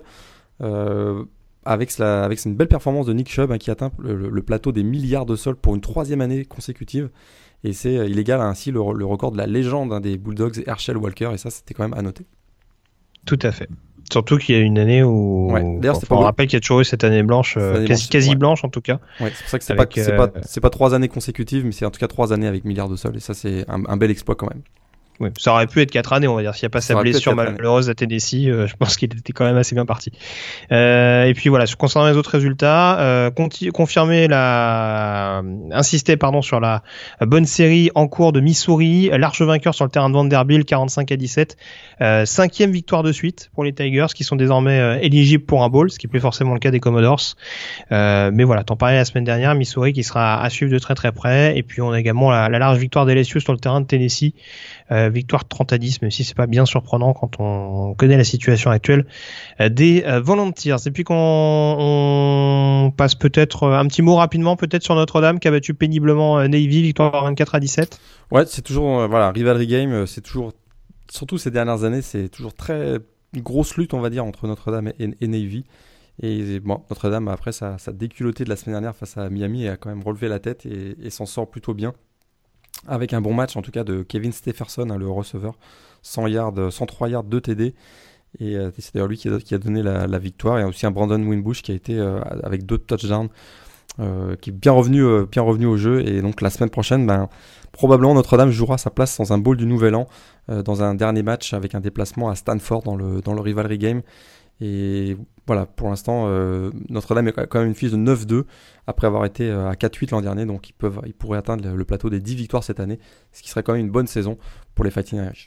Euh, avec, la, avec une belle performance de Nick Chubb hein, qui atteint le, le plateau des milliards de sols pour une troisième année consécutive. Et c'est, il égale ainsi le, le record de la légende hein, des Bulldogs, Herschel Walker. Et ça, c'était quand même à noter. Tout à fait. Surtout qu'il y a une année où, ouais. D'ailleurs, enfin, on pas rappelle qu'il y a toujours eu cette année blanche, euh, année quasi, blanche, quasi ouais. blanche en tout cas. Ouais, c'est pour ça que c'est, avec, pas, c'est, euh... pas, c'est pas trois années consécutives, mais c'est en tout cas trois années avec milliards de sols. Et ça, c'est un, un bel exploit quand même. Oui, ça aurait pu être quatre années, on va dire. S'il n'y a pas sa blessure malheureuse à Tennessee, euh, je pense qu'il était quand même assez bien parti. Euh, et puis voilà, concernant les autres résultats, euh, conti- confirmer la, insister pardon sur la bonne série en cours de Missouri, large vainqueur sur le terrain de Vanderbilt, quarante-cinq à dix-sept. Euh, cinquième victoire de suite pour les Tigers, qui sont désormais euh, éligibles pour un bowl, ce qui n'est plus forcément le cas des Commodores. Euh, mais voilà, t'en parlais la semaine dernière, Missouri qui sera à suivre de très très près. Et puis on a également la, la large victoire d'L S U sur le terrain de Tennessee. Euh, victoire trente à dix, même si c'est pas bien surprenant quand on connaît la situation actuelle euh, des euh, Volunteers. Et puis qu'on on passe peut-être euh, un petit mot rapidement peut-être sur Notre-Dame qui a battu péniblement euh, Navy, victoire vingt-quatre à dix-sept. Ouais, c'est toujours euh, voilà, rivalry game, euh, c'est toujours, surtout ces dernières années, c'est toujours très une grosse lutte on va dire entre Notre-Dame et, et Navy. Et bon, Notre-Dame après sa, sa déculottée de la semaine dernière face à Miami a quand même relevé la tête et, et s'en sort plutôt bien. Avec un bon match en tout cas de Kevin Stepherson, hein, le receveur, cent yards, cent trois yards, deux T D. Et euh, c'est d'ailleurs lui qui a, qui a donné la, la victoire. Et aussi un Brandon Wimbush qui a été euh, avec deux touchdowns, euh, qui est bien revenu, euh, bien revenu au jeu. Et donc la semaine prochaine, ben, probablement Notre-Dame jouera sa place dans un bowl du Nouvel An, euh, dans un dernier match avec un déplacement à Stanford dans le, dans le rivalry game. Et voilà, pour l'instant, euh, Notre-Dame est quand même une fiche de neuf deux après avoir été euh, à quatre huit l'an dernier. Donc ils, peuvent, ils pourraient atteindre le, le plateau des dix victoires cette année, ce qui serait quand même une bonne saison pour les Fighting Irish.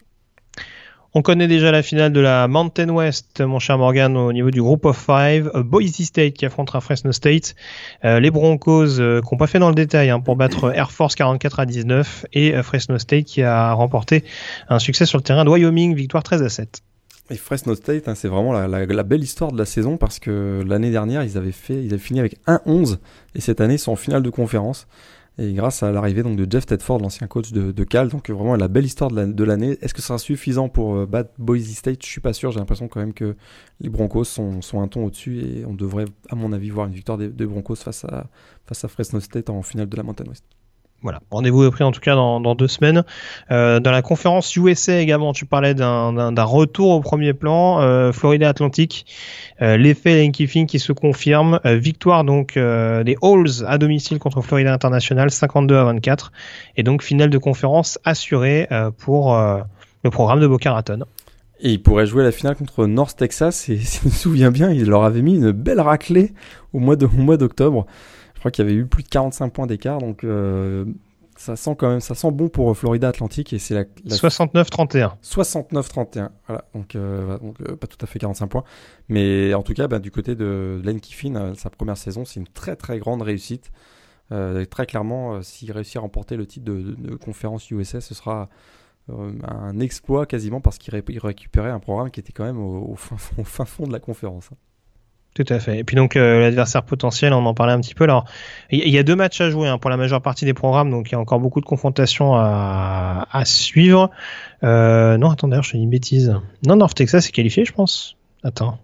On connaît déjà la finale de la Mountain West, mon cher Morgan, au niveau du Group of Five. Boise State qui affrontera Fresno State. Euh, les Broncos euh, qui n'ont pas fait dans le détail hein, pour battre Air Force quarante-quatre à dix-neuf. Et euh, Fresno State qui a remporté un succès sur le terrain de Wyoming, victoire treize à sept. Et Fresno State, hein, c'est vraiment la, la, la belle histoire de la saison parce que l'année dernière, ils avaient, fait, ils avaient fini avec un onze et cette année, ils sont en finale de conférence. Et grâce à l'arrivée donc, de Jeff Tedford, l'ancien coach de, de Cal, donc vraiment la belle histoire de, la, de l'année. Est-ce que ça sera suffisant pour euh, battre Boise State ? Je suis pas sûr. J'ai l'impression quand même que les Broncos sont, sont un ton au-dessus et on devrait, à mon avis, voir une victoire des, des Broncos face à, face à Fresno State en finale de la Mountain West. Voilà, rendez-vous est pris en tout cas dans, dans deux semaines. Euh, dans la conférence U S A également, tu parlais d'un, d'un, d'un retour au premier plan. Euh, Florida Atlantic, euh, l'effet Lane Kiffin qui se confirme. Euh, victoire donc euh, des Owls à domicile contre Florida International, cinquante-deux à vingt-quatre. Et donc finale de conférence assurée euh, pour euh, le programme de Boca Raton. Et il pourrait jouer la finale contre North Texas. Et si je me souviens bien, il leur avait mis une belle raclée au mois, de, au mois d'octobre. Je crois qu'il y avait eu plus de quarante-cinq points d'écart, donc euh, ça sent quand même, ça sent bon pour Florida Atlantic et c'est la, la... soixante-neuf trente et un. soixante-neuf trente et un, voilà, donc, euh, donc euh, pas tout à fait quarante-cinq points, mais en tout cas, bah, du côté de Lane Kiffin, euh, sa première saison, c'est une très très grande réussite. Euh, très clairement, euh, s'il réussit à remporter le titre de, de, de conférence U S A, ce sera euh, un exploit quasiment parce qu'il ré- il récupérait un programme qui était quand même au, au, fin, au fin fond de la conférence. Tout à fait. Et puis donc euh, l'adversaire potentiel, on en parlait un petit peu. Alors, il y, y a deux matchs à jouer hein, pour la majeure partie des programmes, donc il y a encore beaucoup de confrontations à, à suivre. Euh, non, attends, d'ailleurs, je fais une bêtise. Non, North Texas est qualifié, je pense. Attends.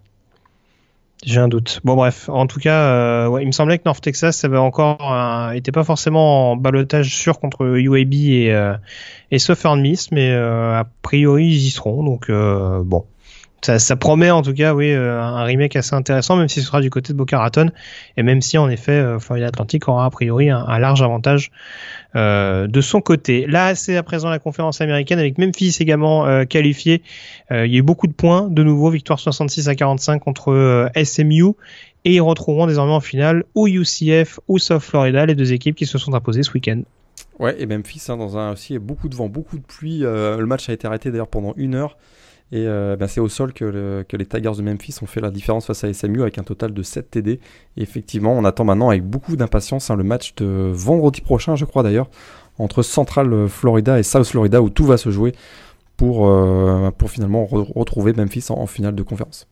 J'ai un doute. Bon bref, en tout cas, euh, ouais, il me semblait que North Texas ça avait encore euh, était pas forcément en ballottage sûr contre U A B et euh, et Southern Miss, mais euh, a priori ils y seront. Donc euh, bon, ça, ça promet en tout cas, oui, euh, un remake assez intéressant, même si ce sera du côté de Boca Raton et même si en effet euh, Florida Atlantic aura a priori un, un large avantage euh, de son côté. Là, c'est à présent la conférence américaine avec Memphis également euh, qualifié. Euh, il y a eu beaucoup de points, de nouveau victoire soixante-six à quarante-cinq contre euh, S M U et ils retrouveront désormais en finale ou U C F ou South Florida, les deux équipes qui se sont imposées ce week-end. Ouais, et Memphis hein, dans un aussi beaucoup de vent, beaucoup de pluie. Euh, le match a été arrêté d'ailleurs pendant une heure. Et euh, ben c'est au sol que, le, que les Tigers de Memphis ont fait la différence face à S M U avec un total de sept T D. Et effectivement, on attend maintenant avec beaucoup d'impatience hein, le match de vendredi prochain, je crois d'ailleurs, entre Central Florida et South Florida où tout va se jouer pour, euh, pour finalement re- retrouver Memphis en, en finale de conférence.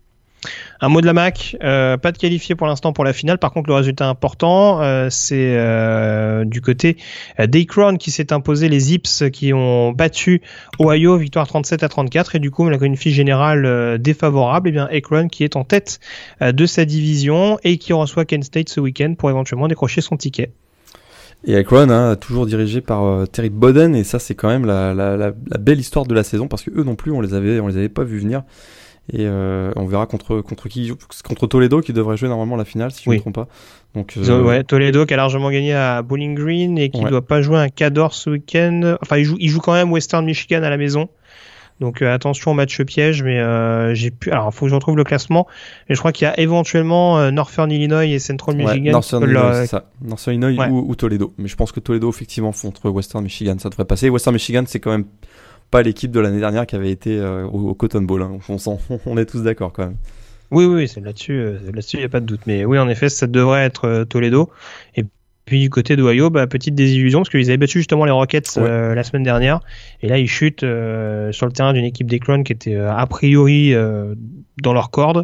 Un mot de la M A C, euh, pas de qualifié pour l'instant pour la finale. Par contre, le résultat important, euh, c'est euh, du côté d'Akron qui s'est imposé, les Zips qui ont battu Ohio, victoire trente-sept à trente-quatre. Et du coup, malgré une fiche générale euh, défavorable, et bien Akron qui est en tête euh, de sa division et qui reçoit Kent State ce week-end pour éventuellement décrocher son ticket. Et Akron, hein, toujours dirigé par euh, Terry Bowden, et ça c'est quand même la, la, la, la belle histoire de la saison parce que eux non plus on les avait, on les avait pas vus venir. Et euh, on verra contre contre qui contre Toledo qui devrait jouer normalement la finale si je ne oui. me trompe pas. Donc euh... ouais, Toledo qui a largement gagné à Bowling Green et qui ouais. doit pas jouer un Cador ce week-end. Enfin, il joue il joue quand même Western Michigan à la maison. Donc euh, attention au match piège, mais euh, j'ai pu. Alors, faut que je retrouve le classement. Mais je crois qu'il y a éventuellement euh, Northern Illinois et Central Michigan. Ouais, Northern Illinois, la... c'est ça. Northern Illinois ouais. ou, ou Toledo. Mais je pense que Toledo effectivement contre Western Michigan, ça devrait passer. Western Michigan, c'est quand même pas l'équipe de l'année dernière qui avait été euh, au, au Cotton Bowl. Hein. On, on, on est tous d'accord quand même. Oui, oui, c'est là-dessus, euh, là-dessus, il n'y a pas de doute. Mais oui, en effet, ça devrait être euh, Toledo. Et puis du côté d'Ohio, bah, petite désillusion parce qu'ils avaient battu justement les Rockets ouais. euh, la semaine dernière. Et là, ils chutent euh, sur le terrain d'une équipe d'Akron qui était euh, a priori euh, dans leur corde.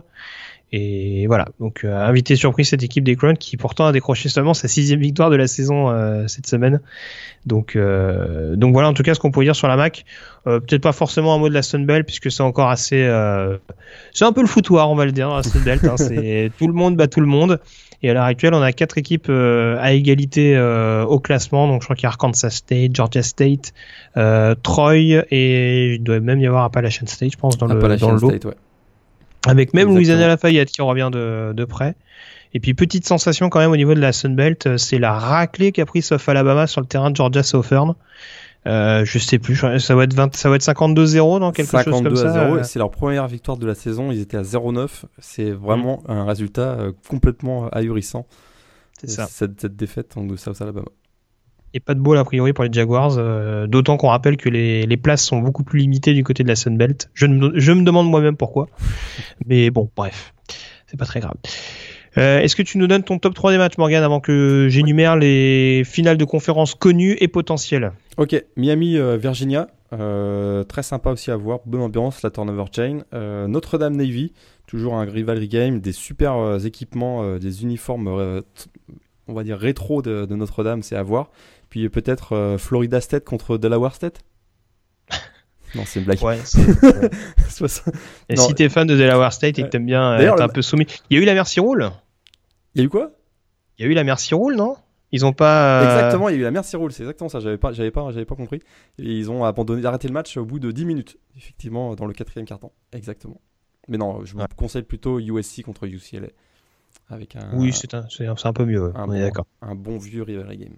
Et voilà, donc euh, invité surprise cette équipe d'Akron qui pourtant a décroché seulement sa sixième victoire de la saison euh, cette semaine. Donc, euh, donc voilà en tout cas ce qu'on peut dire sur la M A C. Euh, peut-être pas forcément un mot de la Sun Belt puisque c'est encore assez, euh, c'est un peu le foutoir on va le dire la Sun Belt. Hein, c'est tout le monde bat tout le monde. Et à l'heure actuelle, on a quatre équipes euh, à égalité euh, au classement. Donc je crois qu'il y a Arkansas State, Georgia State, euh, Troy et il doit même y avoir Appalachian State, je pense dans le dans le lot. State, ouais. Avec même Exactement. Louisiana Lafayette qui revient de, de près. Et puis petite sensation quand même au niveau de la Sunbelt, c'est la raclée qu'a pris South Alabama sur le terrain de Georgia Southern. Euh, je sais plus, ça va être vingt, ça va être cinquante-deux zéro dans quelque chose comme ça. cinquante-deux à zéro, et c'est leur première victoire de la saison. Ils étaient à zéro neuf. C'est vraiment mmh. un résultat euh, complètement ahurissant. C'est ça. Cette, cette défaite de South Alabama. Et pas de bol a priori pour les Jaguars, euh, d'autant qu'on rappelle que les, les places sont beaucoup plus limitées du côté de la Sunbelt. Je, ne, je me demande moi-même pourquoi. Mais bon, bref, c'est pas très grave. Euh, est-ce que tu nous donnes ton top trois des matchs, Morgan, avant que j'énumère les finales de conférence connues et potentielles? Ok, Miami, euh, Virginia, euh, très sympa aussi à voir, bonne ambiance, la turnover chain. Euh, Notre-Dame Navy, toujours un rivalry game, des super euh, équipements, euh, des uniformes, euh, t- on va dire rétro de, de Notre-Dame, c'est à voir. Puis peut-être euh, Florida State contre Delaware State. Non, c'est une blague. Ouais, c'est, ouais. Et non, si t'es fan de Delaware State et que t'aimes bien être un le... peu soumis. Il y a eu la Mercy Rule. Il y a eu quoi? Il y a eu la Mercy Rule, non? Ils ont pas. Euh... Exactement, il y a eu la Mercy Rule, c'est exactement ça. J'avais pas, j'avais pas, j'avais pas compris. Et ils ont abandonné, arrêté le match au bout de dix minutes, effectivement, dans le quatrième quart-temps. Exactement. Mais non, je vous ouais. conseille plutôt U S C contre U C L A. Avec un. Oui, c'est un, c'est un, c'est un peu mieux. Un on bon, est d'accord. Un bon vieux rivalry game.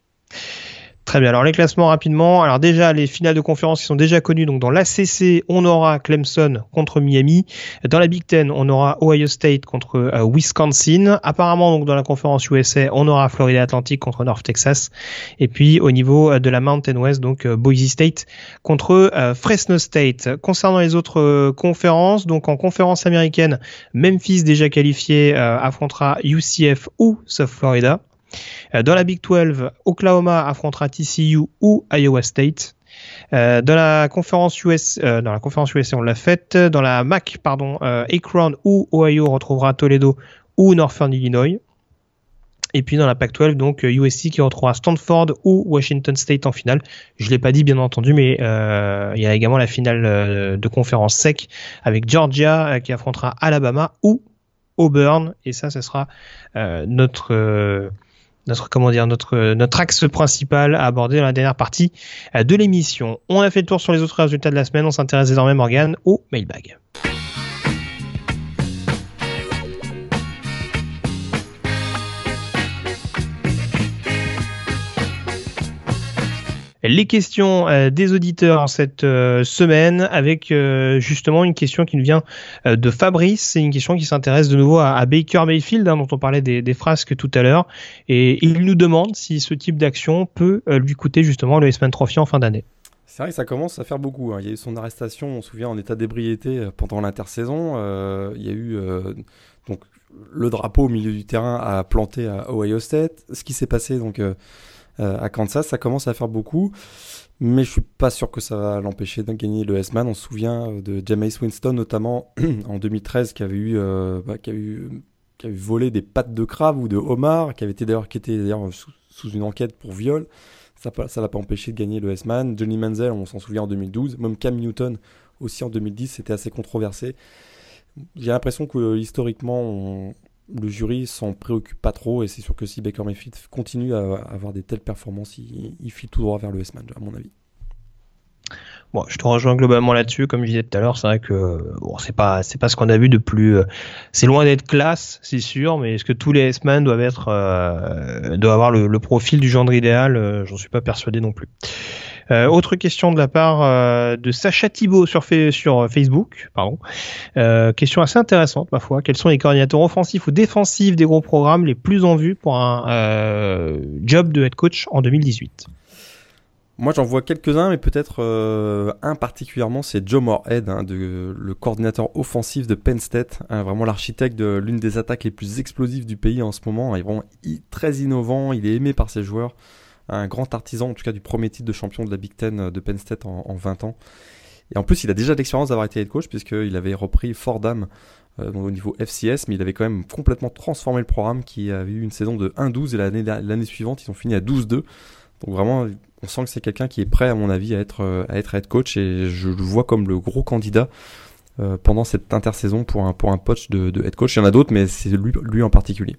Très bien. Alors les classements rapidement. Alors déjà les finales de conférence qui sont déjà connues. Donc dans l'A C C, on aura Clemson contre Miami. Dans la Big Ten, on aura Ohio State contre euh, Wisconsin. Apparemment donc dans la conférence U S A, on aura Florida Atlantic contre North Texas. Et puis au niveau de la Mountain West, donc euh, Boise State contre euh, Fresno State. Concernant les autres euh, conférences, donc en conférence américaine, Memphis déjà qualifié euh, affrontera U C F ou South Florida. Dans la Big douze, Oklahoma affrontera T C U ou Iowa State. Euh, dans la conférence U S, euh, dans la conférence U S A, on l'a faite. Dans la M A C, pardon, euh, Akron ou Ohio retrouvera Toledo ou Northern Illinois. Et puis dans la Pac douze, donc U S C qui retrouvera Stanford ou Washington State en finale. Je l'ai pas dit bien entendu, mais euh, il y a également la finale euh, de conférence S E C avec Georgia euh, qui affrontera Alabama ou Auburn. Et ça, ce sera euh, notre euh, notre comment dire notre notre axe principal à aborder dans la dernière partie euh, de l'émission. On a fait le tour sur les autres résultats de la semaine. On s'intéresse désormais, Morgane, au mailbag. Les questions euh, des auditeurs en cette euh, semaine avec euh, justement une question qui nous vient euh, de Fabrice. C'est une question qui s'intéresse de nouveau à, à Baker Mayfield, hein, dont on parlait des, des frasques tout à l'heure. Et il nous demande si ce type d'action peut euh, lui coûter justement le Heisman Trophy en fin d'année. C'est vrai que ça commence à faire beaucoup. Hein. Il y a eu son arrestation, on se souvient, en état d'ébriété pendant l'intersaison. Euh, il y a eu euh, donc le drapeau au milieu du terrain à planter à Ohio State. Ce qui s'est passé donc... Euh, Euh, à Kansas, ça commence à faire beaucoup, mais je suis pas sûr que ça va l'empêcher de gagner le Heisman. On se souvient de Jameis Winston notamment en deux mille treize qui avait eu, euh, bah, qui a eu, qui a eu volé des pattes de crabe ou de homard, qui avait été d'ailleurs, qui était d'ailleurs sous, sous une enquête pour viol. Ça, ça l'a pas empêché de gagner le Heisman. Johnny Manziel, on s'en souvient en deux mille douze, même Cam Newton aussi en deux mille dix, c'était assez controversé. J'ai l'impression que historiquement, on, le jury s'en préoccupe pas trop, et c'est sûr que si Baker Mayfield continue à avoir des telles performances, il, il file tout droit vers le Heisman, à mon avis. Bon, je te rejoins globalement là-dessus. Comme je disais tout à l'heure, c'est vrai que bon, c'est pas c'est pas ce qu'on a vu de plus. Euh, c'est loin d'être classe, c'est sûr, mais est-ce que tous les Heisman doivent être euh, doivent avoir le, le profil du gendre idéal? euh, J'en suis pas persuadé non plus. Euh, autre question de la part euh, de Sacha Thibault sur, fa- sur Facebook. Pardon. Euh, question assez intéressante, ma foi. Quels sont les coordinateurs offensifs ou défensifs des gros programmes les plus en vue pour un euh, job de head coach en deux mille dix-huit? Moi, j'en vois quelques-uns, mais peut-être euh, un particulièrement, c'est Joe Moorhead, hein, de, le coordinateur offensif de Penn State, hein, vraiment l'architecte de l'une des attaques les plus explosives du pays en ce moment. Il est vraiment i- très innovant, il est aimé par ses joueurs. Un grand artisan, en tout cas du premier titre de champion de la Big Ten de Penn State en, en vingt ans. Et en plus, il a déjà l'expérience d'avoir été head coach, puisqu'il avait repris Fordham euh, au niveau F C S, mais il avait quand même complètement transformé le programme, qui avait eu une saison de un douze, et l'année, l'année suivante, ils ont fini à douze deux. Donc vraiment, on sent que c'est quelqu'un qui est prêt, à mon avis, à être, à être head coach, et je le vois comme le gros candidat euh, pendant cette intersaison pour un, pour un poste de, de head coach. Il y en a d'autres, mais c'est lui, lui en particulier.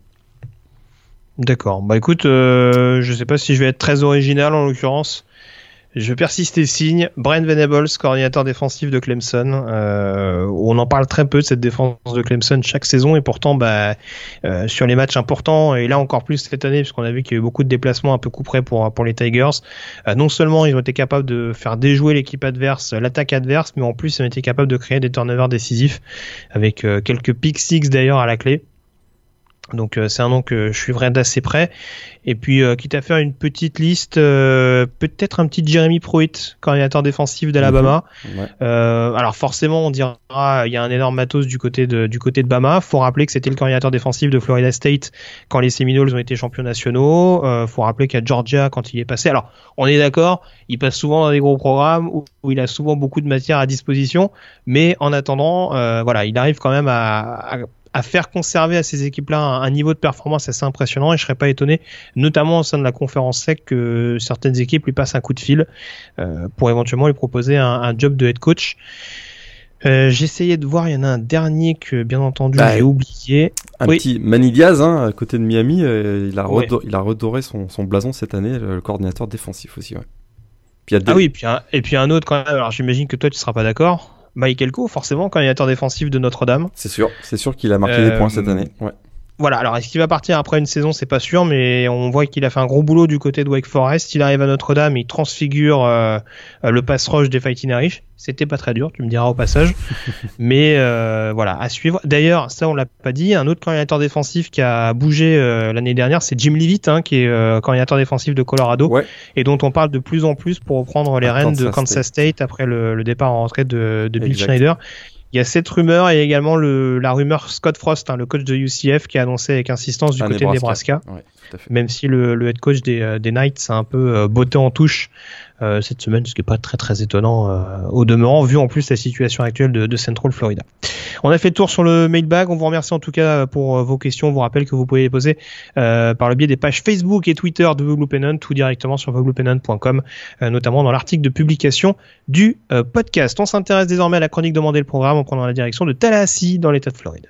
D'accord. Bah écoute, euh, je sais pas si je vais être très original en l'occurrence. Je persiste et signe. Brent Venables, coordinateur défensif de Clemson. Euh, on en parle très peu de cette défense de Clemson chaque saison, et pourtant, bah, euh, sur les matchs importants, et là encore plus cette année, puisqu'on a vu qu'il y a eu beaucoup de déplacements un peu couperés pour pour les Tigers. Euh, non seulement ils ont été capables de faire déjouer l'équipe adverse, l'attaque adverse, mais en plus ils ont été capables de créer des turnovers décisifs avec euh, quelques pick six d'ailleurs à la clé. Donc euh, c'est un nom que je suivrai d'assez près. Et puis euh, quitte à faire une petite liste, euh, peut-être un petit Jeremy Pruitt, coordinateur défensif d'Alabama. Mmh. Ouais. Euh, alors forcément on dira il y a un énorme matos du côté de du côté de Bama. Faut rappeler que c'était le coordinateur défensif de Florida State quand les Seminoles ont été champions nationaux. Euh, faut rappeler qu'à Georgia quand il est passé. Alors on est d'accord, il passe souvent dans des gros programmes où, où il a souvent beaucoup de matière à disposition, mais en attendant, euh, voilà, il arrive quand même à, à à faire conserver à ces équipes-là un, un niveau de performance assez impressionnant, et je serais pas étonné, notamment au sein de la conférence S E C, que certaines équipes lui passent un coup de fil euh, pour éventuellement lui proposer un, un job de head coach. Euh, j'essayais de voir, il y en a un dernier que bien entendu bah, j'ai oublié. Un oui. petit Manny Diaz, hein, à côté de Miami, euh, il, a ouais. redoré, il a redoré son, son blason cette année, le coordinateur défensif aussi. Ouais. Puis il y a des... Ah oui, puis un, et puis un autre quand même, alors j'imagine que toi tu seras pas d'accord. Mike Elko, forcément, coordinateur défensif de Notre-Dame. C'est sûr, c'est sûr qu'il a marqué euh, des points cette année. Ouais. Voilà, alors est-ce qu'il va partir après une saison, c'est pas sûr, mais on voit qu'il a fait un gros boulot du côté de Wake Forest. Il arrive à Notre-Dame, il transfigure euh, le pass rush des Fighting Irish. C'était pas très dur, tu me diras au passage. Mais euh, voilà, à suivre. D'ailleurs, ça on l'a pas dit, un autre coordinateur défensif qui a bougé euh, l'année dernière, c'est Jim Leavitt, hein, qui est euh, coordinateur défensif de Colorado, ouais. et dont on parle de plus en plus pour reprendre les à rênes Kansas de Kansas State, State après le, le départ en retraite de, de Bill exact. Schneider. Il y a cette rumeur et également le, la rumeur Scott Frost, hein, le coach de U C F, qui a annoncé avec insistance du à côté Nebraska. de Nebraska. Ouais, tout à fait. Même si le, le head coach des, des Knights a un peu euh, botté en touche euh, cette semaine, ce qui n'est pas très très étonnant euh, au demeurant, vu en plus la situation actuelle de, de Central Florida. On a fait le tour sur le mailbag. On vous remercie en tout cas pour euh, vos questions. On vous rappelle que vous pouvez les poser euh, par le biais des pages Facebook et Twitter de The Blue Pennant ou directement sur the blue pennant point com, euh, notamment dans l'article de publication du euh, podcast. On s'intéresse désormais à la chronique demandée le programme en prenant la direction de Tallahassee dans l'État de Floride.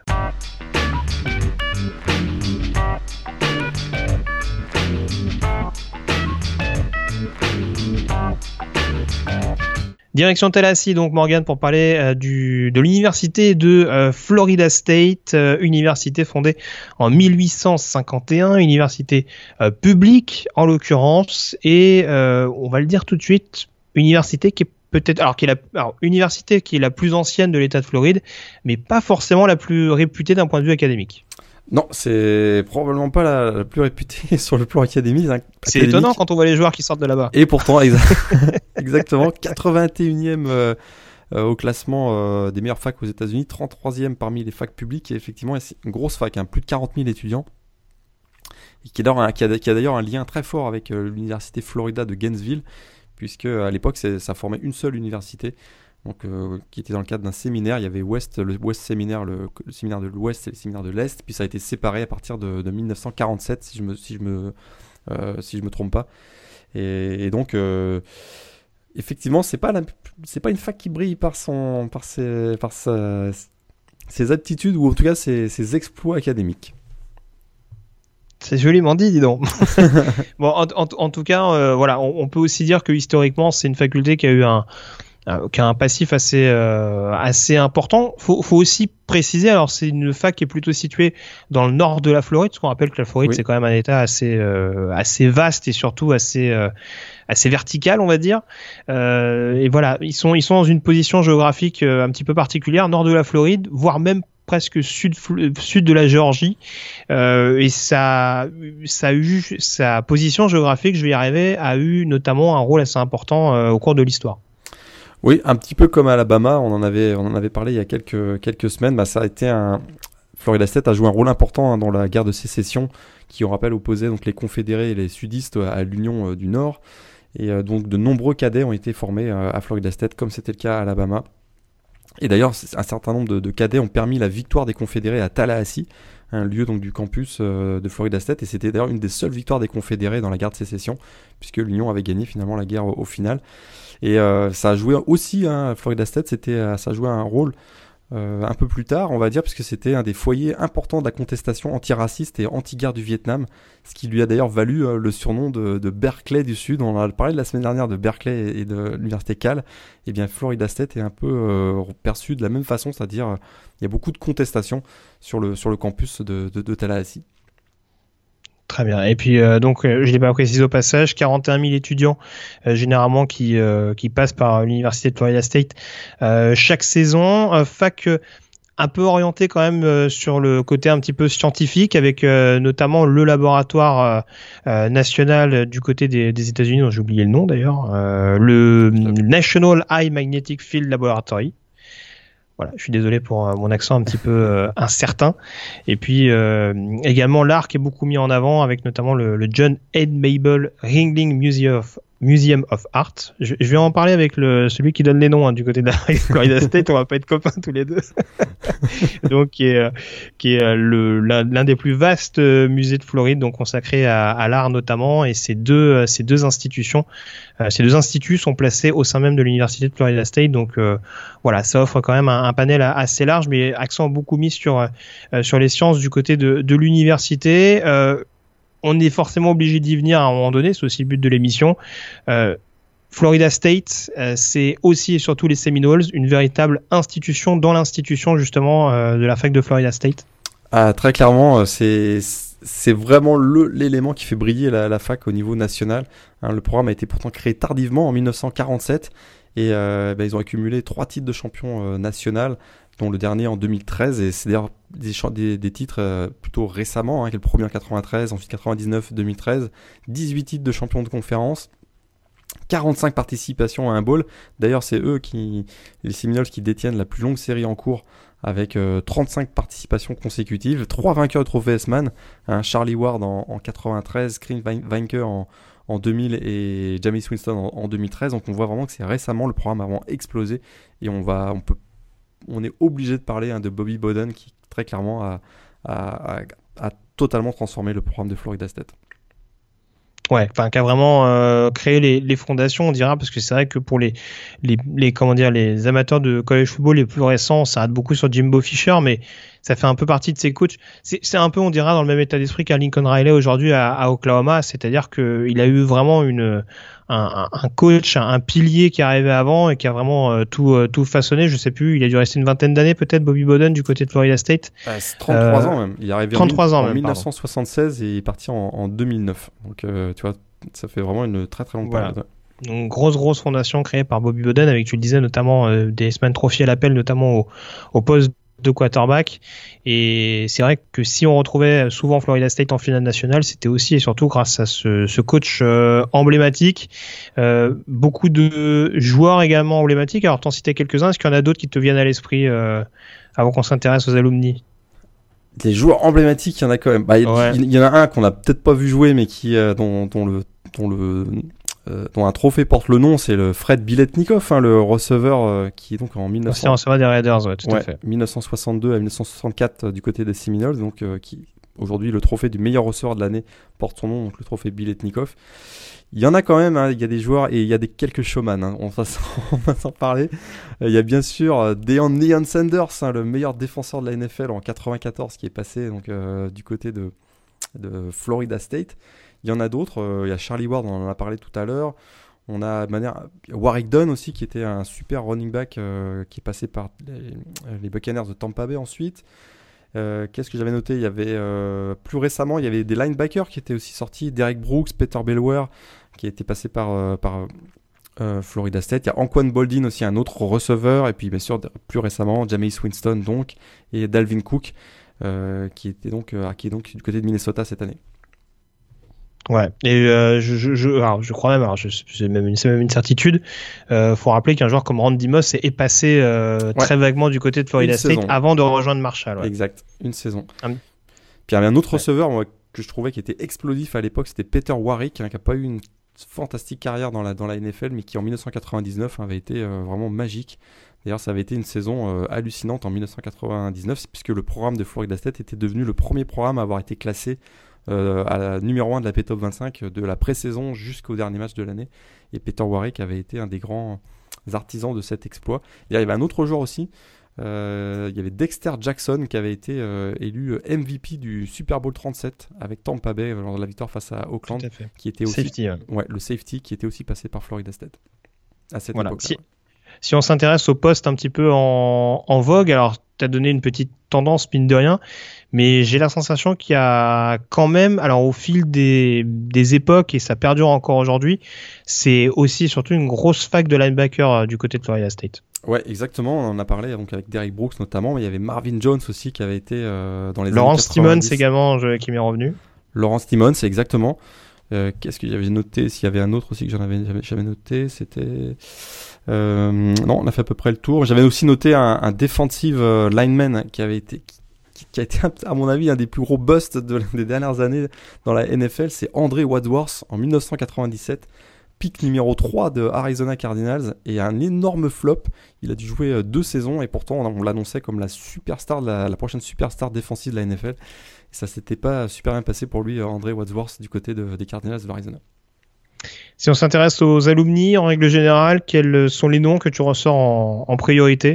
Direction Tallahassee, donc Morgan, pour parler euh, du, de l'université de euh, Florida State, euh, université fondée en mille huit cent cinquante et un, université euh, publique en l'occurrence, et euh, on va le dire tout de suite, université qui est peut-être, alors qui est la, alors, université qui est la plus ancienne de l'État de Floride, mais pas forcément la plus réputée d'un point de vue académique. Non, c'est probablement pas la, la plus réputée sur le plan académique. C'est étonnant quand on voit les joueurs qui sortent de là-bas. Et pourtant, exa- exactement, quatre-vingt-et-unième euh, euh, au classement euh, des meilleures facs aux États-Unis, trente-troisième parmi les facs publiques, et effectivement, c'est une grosse fac, hein, plus de quarante mille étudiants, et qui, est un, qui, a, qui a d'ailleurs un lien très fort avec euh, l'université Florida de Gainesville, puisque à l'époque, c'est, ça formait une seule université. Donc, euh, qui était dans le cadre d'un séminaire. Il y avait West, le West séminaire, le, le séminaire de l'Ouest et le séminaire de l'Est. Puis ça a été séparé à partir de, de dix-neuf cent quarante-sept, si je me, si je me, euh, si je me trompe pas. Et, et donc, euh, effectivement, c'est pas la, c'est pas une fac qui brille par son, par ses, par sa, ses aptitudes ou en tout cas ses, ses exploits académiques. C'est joliment dit, dis donc. Bon, en, en, en tout cas, euh, voilà, on, on peut aussi dire que historiquement, c'est une faculté qui a eu un qui a un passif assez euh, assez important. Faut faut aussi préciser, alors c'est une fac qui est plutôt située dans le nord de la Floride, parce qu'on rappelle que la Floride oui. c'est quand même un état assez euh, assez vaste et surtout assez euh, assez vertical, on va dire. Euh, et voilà, ils sont ils sont dans une position géographique euh, un petit peu particulière, nord de la Floride, voire même presque sud sud de la Géorgie, euh, et ça ça a eu sa position géographique, je vais y arriver, a eu notamment un rôle assez important euh, au cours de l'histoire. Oui, un petit peu comme Alabama, on en avait, on en avait parlé il y a quelques, quelques semaines. Bah, ça a été un, Florida State a joué un rôle important hein, dans la guerre de sécession, qui, on rappelle, opposait donc les confédérés et les sudistes à l'Union euh, du Nord. Et euh, donc de nombreux cadets ont été formés euh, à Florida State, comme c'était le cas à Alabama. Et d'ailleurs, un certain nombre de, de cadets ont permis la victoire des confédérés à Tallahassee, un lieu donc du campus euh, de Florida State, et c'était d'ailleurs une des seules victoires des confédérés dans la guerre de sécession, puisque l'Union avait gagné finalement la guerre au, au final. Et euh, ça a joué aussi, hein, Florida State, c'était, ça a joué un rôle euh, un peu plus tard, on va dire, puisque c'était un des foyers importants de la contestation antiraciste et anti-guerre du Vietnam, ce qui lui a d'ailleurs valu euh, le surnom de, de Berkeley du Sud. On en a parlé la semaine dernière de Berkeley et de l'université Cal. Et bien Florida State est un peu euh, perçu de la même façon, c'est-à-dire euh, il y a beaucoup de contestations sur le, sur le campus de, de, de Tallahassee. Très bien. Et puis euh, donc euh, je l'ai pas précisé au passage, quarante et un mille étudiants euh, généralement qui euh, qui passent par l'université de Florida State euh, chaque saison. Euh, fac euh, un peu orienté quand même euh, sur le côté un petit peu scientifique, avec euh, notamment le laboratoire euh, euh, national du côté des, des États-Unis, dont j'ai oublié le nom d'ailleurs, euh, le National High Magnetic Field Laboratory. Voilà, je suis désolé pour euh, mon accent un petit peu euh, incertain. Et puis euh, également l'art qui est beaucoup mis en avant, avec notamment le, le John Ed Mabel Ringling Museum of, Museum of Art. Je, je vais en parler avec le, celui qui donne les noms hein, du côté de la Florida State. On va pas être copains tous les deux. Donc qui est, qui est le, l'un des plus vastes musées de Floride, donc consacré à, à l'art notamment. Et ces deux, ces deux institutions, euh, ces deux instituts sont placés au sein même de l'université de Florida State. Donc euh, voilà, ça offre quand même un, un panel assez large, mais accent beaucoup mis sur euh, sur les sciences du côté de, de l'université. Euh, on est forcément obligé d'y venir à un moment donné, c'est aussi le but de l'émission. Euh, Florida State, euh, c'est aussi et surtout les Seminoles, une véritable institution dans l'institution justement euh, de la fac de Florida State. Ah, très clairement, c'est c'est vraiment le, l'élément qui fait briller la, la fac au niveau national. Hein, le programme a été pourtant créé tardivement en dix-neuf cent quarante-sept et euh, ben, ils ont accumulé trois titres de champion euh, national, dont le dernier en deux mille treize, et c'est d'ailleurs des, des, des titres euh, plutôt récemment, hein, qui est le premier en quatre-vingt-treize, ensuite quatre-vingt-dix-neuf, deux mille treize, dix-huit titres de champion de conférence. quarante-cinq participations à un bowl. D'ailleurs, c'est eux, qui, les Seminoles, qui détiennent la plus longue série en cours avec euh, trente-cinq participations consécutives, trois vainqueurs de trophée S-Man, hein, Charlie Ward en, en quatre-vingt-treize, Screen vainqueur en, en deux mille et Jameis Winston en, en deux mille treize. Donc on voit vraiment que c'est récemment, le programme a vraiment explosé et on, va, on, peut, on est obligé de parler hein, de Bobby Bowden qui très clairement a, a, a, a totalement transformé le programme de Florida State. Ouais, enfin, qui a vraiment euh, créé les, les fondations, on dira, parce que c'est vrai que pour les, les, les, comment dire, les amateurs de college football les plus récents, on s'arrête beaucoup sur Jimbo Fisher, mais ça fait un peu partie de ses coachs. C'est, c'est un peu, on dira, dans le même état d'esprit qu'un Lincoln Riley aujourd'hui à, à Oklahoma, c'est-à-dire qu'il a eu vraiment une, un, un coach, un, un pilier qui est arrivé avant et qui a vraiment euh, tout, euh, tout façonné. Je sais plus, il a dû rester une vingtaine d'années peut-être, Bobby Bowden, du côté de Florida State. Euh, c'est trente-trois euh, ans même. Il est arrivé trente-trois en, ans en même, dix-neuf cent soixante-seize et il est parti en, en deux mille neuf. Donc, euh, tu vois, ça fait vraiment une très très longue voilà. période. Donc, grosse grosse fondation créée par Bobby Bowden avec, tu le disais, notamment euh, des semaines trophy à l'appel, notamment au, au poste de quarterback. Et c'est vrai que si on retrouvait souvent Florida State en finale nationale, c'était aussi et surtout grâce à ce, ce coach euh, emblématique. Euh, beaucoup de joueurs également emblématiques. Alors, t'en citais quelques-uns. Est-ce qu'il y en a d'autres qui te viennent à l'esprit euh, avant qu'on s'intéresse aux alumni? Des joueurs emblématiques, il y en a quand même. Bah, il ouais. y, y en a un qu'on a peut-être pas vu jouer, mais qui euh, dont, dont le dont le euh, dont un trophée porte le nom, c'est le Fred Biletnikoff, hein, le receveur euh, qui est donc en mille neuf cents... receveur des Raiders, ouais, tout ouais, à fait. mille neuf cent soixante-deux à mille neuf cent soixante-quatre euh, du côté des Seminoles, donc euh, qui aujourd'hui le trophée du meilleur receveur de l'année porte son nom, donc le trophée Biletnikoff. Il y en a quand même, hein, il y a des joueurs et il y a des quelques showman, hein, on va s'en, on va s'en parler. Euh, il y a bien sûr euh, Deion Deion Sanders, hein, le meilleur défenseur de la N F L en quatre-vingt-quatorze, qui est passé donc euh, du côté de, de Florida State. Il y en a d'autres, euh, il y a Charlie Ward, on en a parlé tout à l'heure. On a de manière Warwick Dunn aussi, qui était un super running back euh, qui est passé par les, les Buccaneers de Tampa Bay ensuite. Euh, qu'est-ce que j'avais noté? Il y avait euh, plus récemment, il y avait des linebackers qui étaient aussi sortis, Derek Brooks, Peter Belware, qui était passé par, euh, par euh, Florida State. Il y a Anquan Boldin aussi, un autre receveur, et puis bien sûr plus récemment Jameis Winston donc, et Dalvin Cook, euh, qui était donc euh, qui est donc du côté de Minnesota cette année. Ouais, et euh, je, je, je, alors, je crois même, alors je, c'est, même une, c'est même une certitude, euh, faut rappeler qu'un joueur comme Randy Moss est passé euh, ouais. très vaguement du côté de Florida une State saison. Avant de rejoindre Marshall. Ouais. Exact, une saison. Um, Puis il y avait un autre ouais. receveur moi, que je trouvais qui était explosif à l'époque, c'était Peter Warwick, hein, qui n'a pas eu une fantastique carrière dans la, dans la N F L, mais qui en dix-neuf cent quatre-vingt-dix-neuf avait été euh, vraiment magique. D'ailleurs, ça avait été une saison euh, hallucinante en dix-neuf cent quatre-vingt-dix-neuf, puisque le programme de Florida State était devenu le premier programme à avoir été classé Euh, à la numéro un de la P-Top vingt-cinq de la pré-saison jusqu'au dernier match de l'année. Et Peter Warwick avait été un des grands artisans de cet exploit. Et il y avait un autre joueur aussi, euh, il y avait Dexter Jackson qui avait été euh, élu M V P du Super Bowl trente-sept avec Tampa Bay lors de la victoire face à Oakland, qui était aussi safety, ouais. Ouais, le safety qui était aussi passé par Florida State à cette voilà. époque-là. Si, si on s'intéresse au poste un petit peu en, en vogue, alors tu as donné une petite tendance mine de rien, mais j'ai la sensation qu'il y a quand même, alors au fil des, des époques, et ça perdure encore aujourd'hui, c'est aussi surtout une grosse fac de linebacker du côté de Florida State. Ouais, exactement, on en a parlé donc avec Derrick Brooks notamment, mais il y avait Marvin Jones aussi qui avait été euh, dans les Lawrence années quatre-vingt-dix. Timmons également je, qui m'est revenu. Lawrence Timmons, c'est exactement. Euh, qu'est-ce que j'avais noté? S'il y avait un autre aussi que j'en avais jamais, jamais noté, c'était... Euh, non, on a fait à peu près le tour. J'avais aussi noté un, un defensive lineman qui avait été... Qui, qui a été, à mon avis, un des plus gros busts de, des dernières années dans la N F L, c'est André Wadsworth en dix-neuf cent quatre-vingt-dix-sept, pick numéro trois de Arizona Cardinals, et un énorme flop. Il a dû jouer deux saisons et pourtant on, on l'annonçait comme la superstar, de la, la prochaine superstar défensive de la N F L. Et ça s'était pas super bien passé pour lui, André Wadsworth, du côté de, des Cardinals de l'Arizona. Si on s'intéresse aux alumni, en règle générale, quels sont les noms que tu ressors en, en priorité?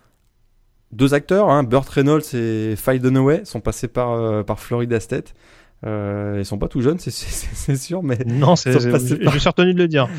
Deux acteurs, hein, Burt Reynolds et Faye Dunaway, sont passés par, euh, par Florida State. Euh, ils sont pas tout jeunes, c'est, c'est, c'est sûr, mais non, c'est, c'est, je, par... je suis retenu de le dire.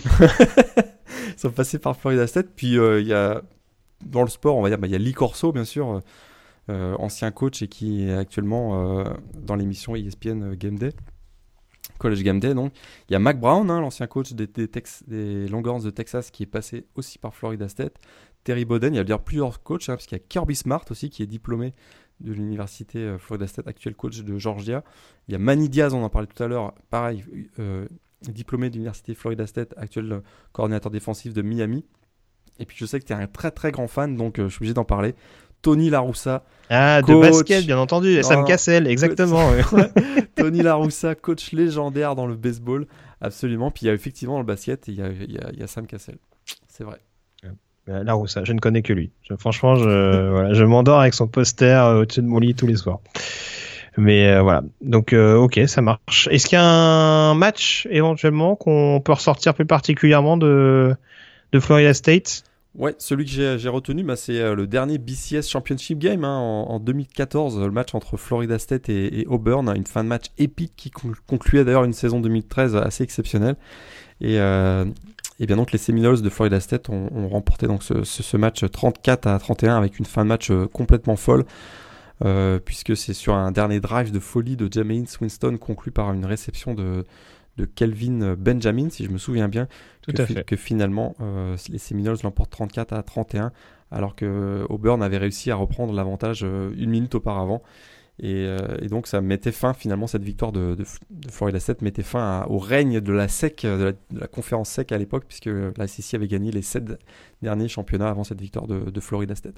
Ils sont passés par Florida State. Puis il euh, y a dans le sport, on va dire, il bah, y a Lee Corso, bien sûr, euh, ancien coach et qui est actuellement euh, dans l'émission E S P N Game Day, College Game Day. Donc il y a Mack Brown, hein, l'ancien coach des, des, Tex, des Longhorns de Texas, qui est passé aussi par Florida State. Terry Bowden, il y a d'ailleurs plusieurs coachs, hein, parce qu'il y a Kirby Smart aussi qui est diplômé de l'université euh, Florida State, actuel coach de Georgia. Il y a Manny Diaz, on en parlait tout à l'heure, pareil, euh, diplômé de l'université Florida State, actuel coordinateur défensif de Miami. Et puis je sais que tu es un très très grand fan, donc euh, je suis obligé d'en parler. Tony La Russa. Ah, coach... de basket, bien entendu. Non, Sam Cassell, exactement. Tony La Russa, coach légendaire dans le baseball. Absolument. Puis il y a effectivement dans le basket, il y a, il y a, il y a Sam Cassell. C'est vrai. La Russa, je ne connais que lui. Je, franchement, je, voilà, je m'endors avec son poster euh, au-dessus de mon lit tous les soirs. Mais euh, voilà. Donc, euh, ok, ça marche. Est-ce qu'il y a un match éventuellement qu'on peut ressortir plus particulièrement de, de Florida State ? Ouais, celui que j'ai, j'ai retenu, bah, c'est euh, le dernier B C S Championship Game hein, en, en deux mille quatorze, le match entre Florida State et, et Auburn, une fin de match épique qui con- concluait d'ailleurs une saison deux mille treize assez exceptionnelle. Et, euh, et bien donc les Seminoles de Florida State ont, ont remporté donc ce, ce, ce match trente-quatre à trente et un avec une fin de match complètement folle, euh, puisque c'est sur un dernier drive de folie de Jameis Winston conclu par une réception de de Kelvin Benjamin, si je me souviens bien, Tout que, à fait. que finalement euh, les Seminoles l'emportent trente-quatre à trente et un, alors que Auburn avait réussi à reprendre l'avantage euh, une minute auparavant. Et, euh, et donc ça mettait fin, finalement, cette victoire de, de, de Florida State mettait fin à, au règne de la S E C, de la, de la conférence S E C à l'époque, puisque la S E C avait gagné les sept derniers championnats avant cette victoire de, de Florida State.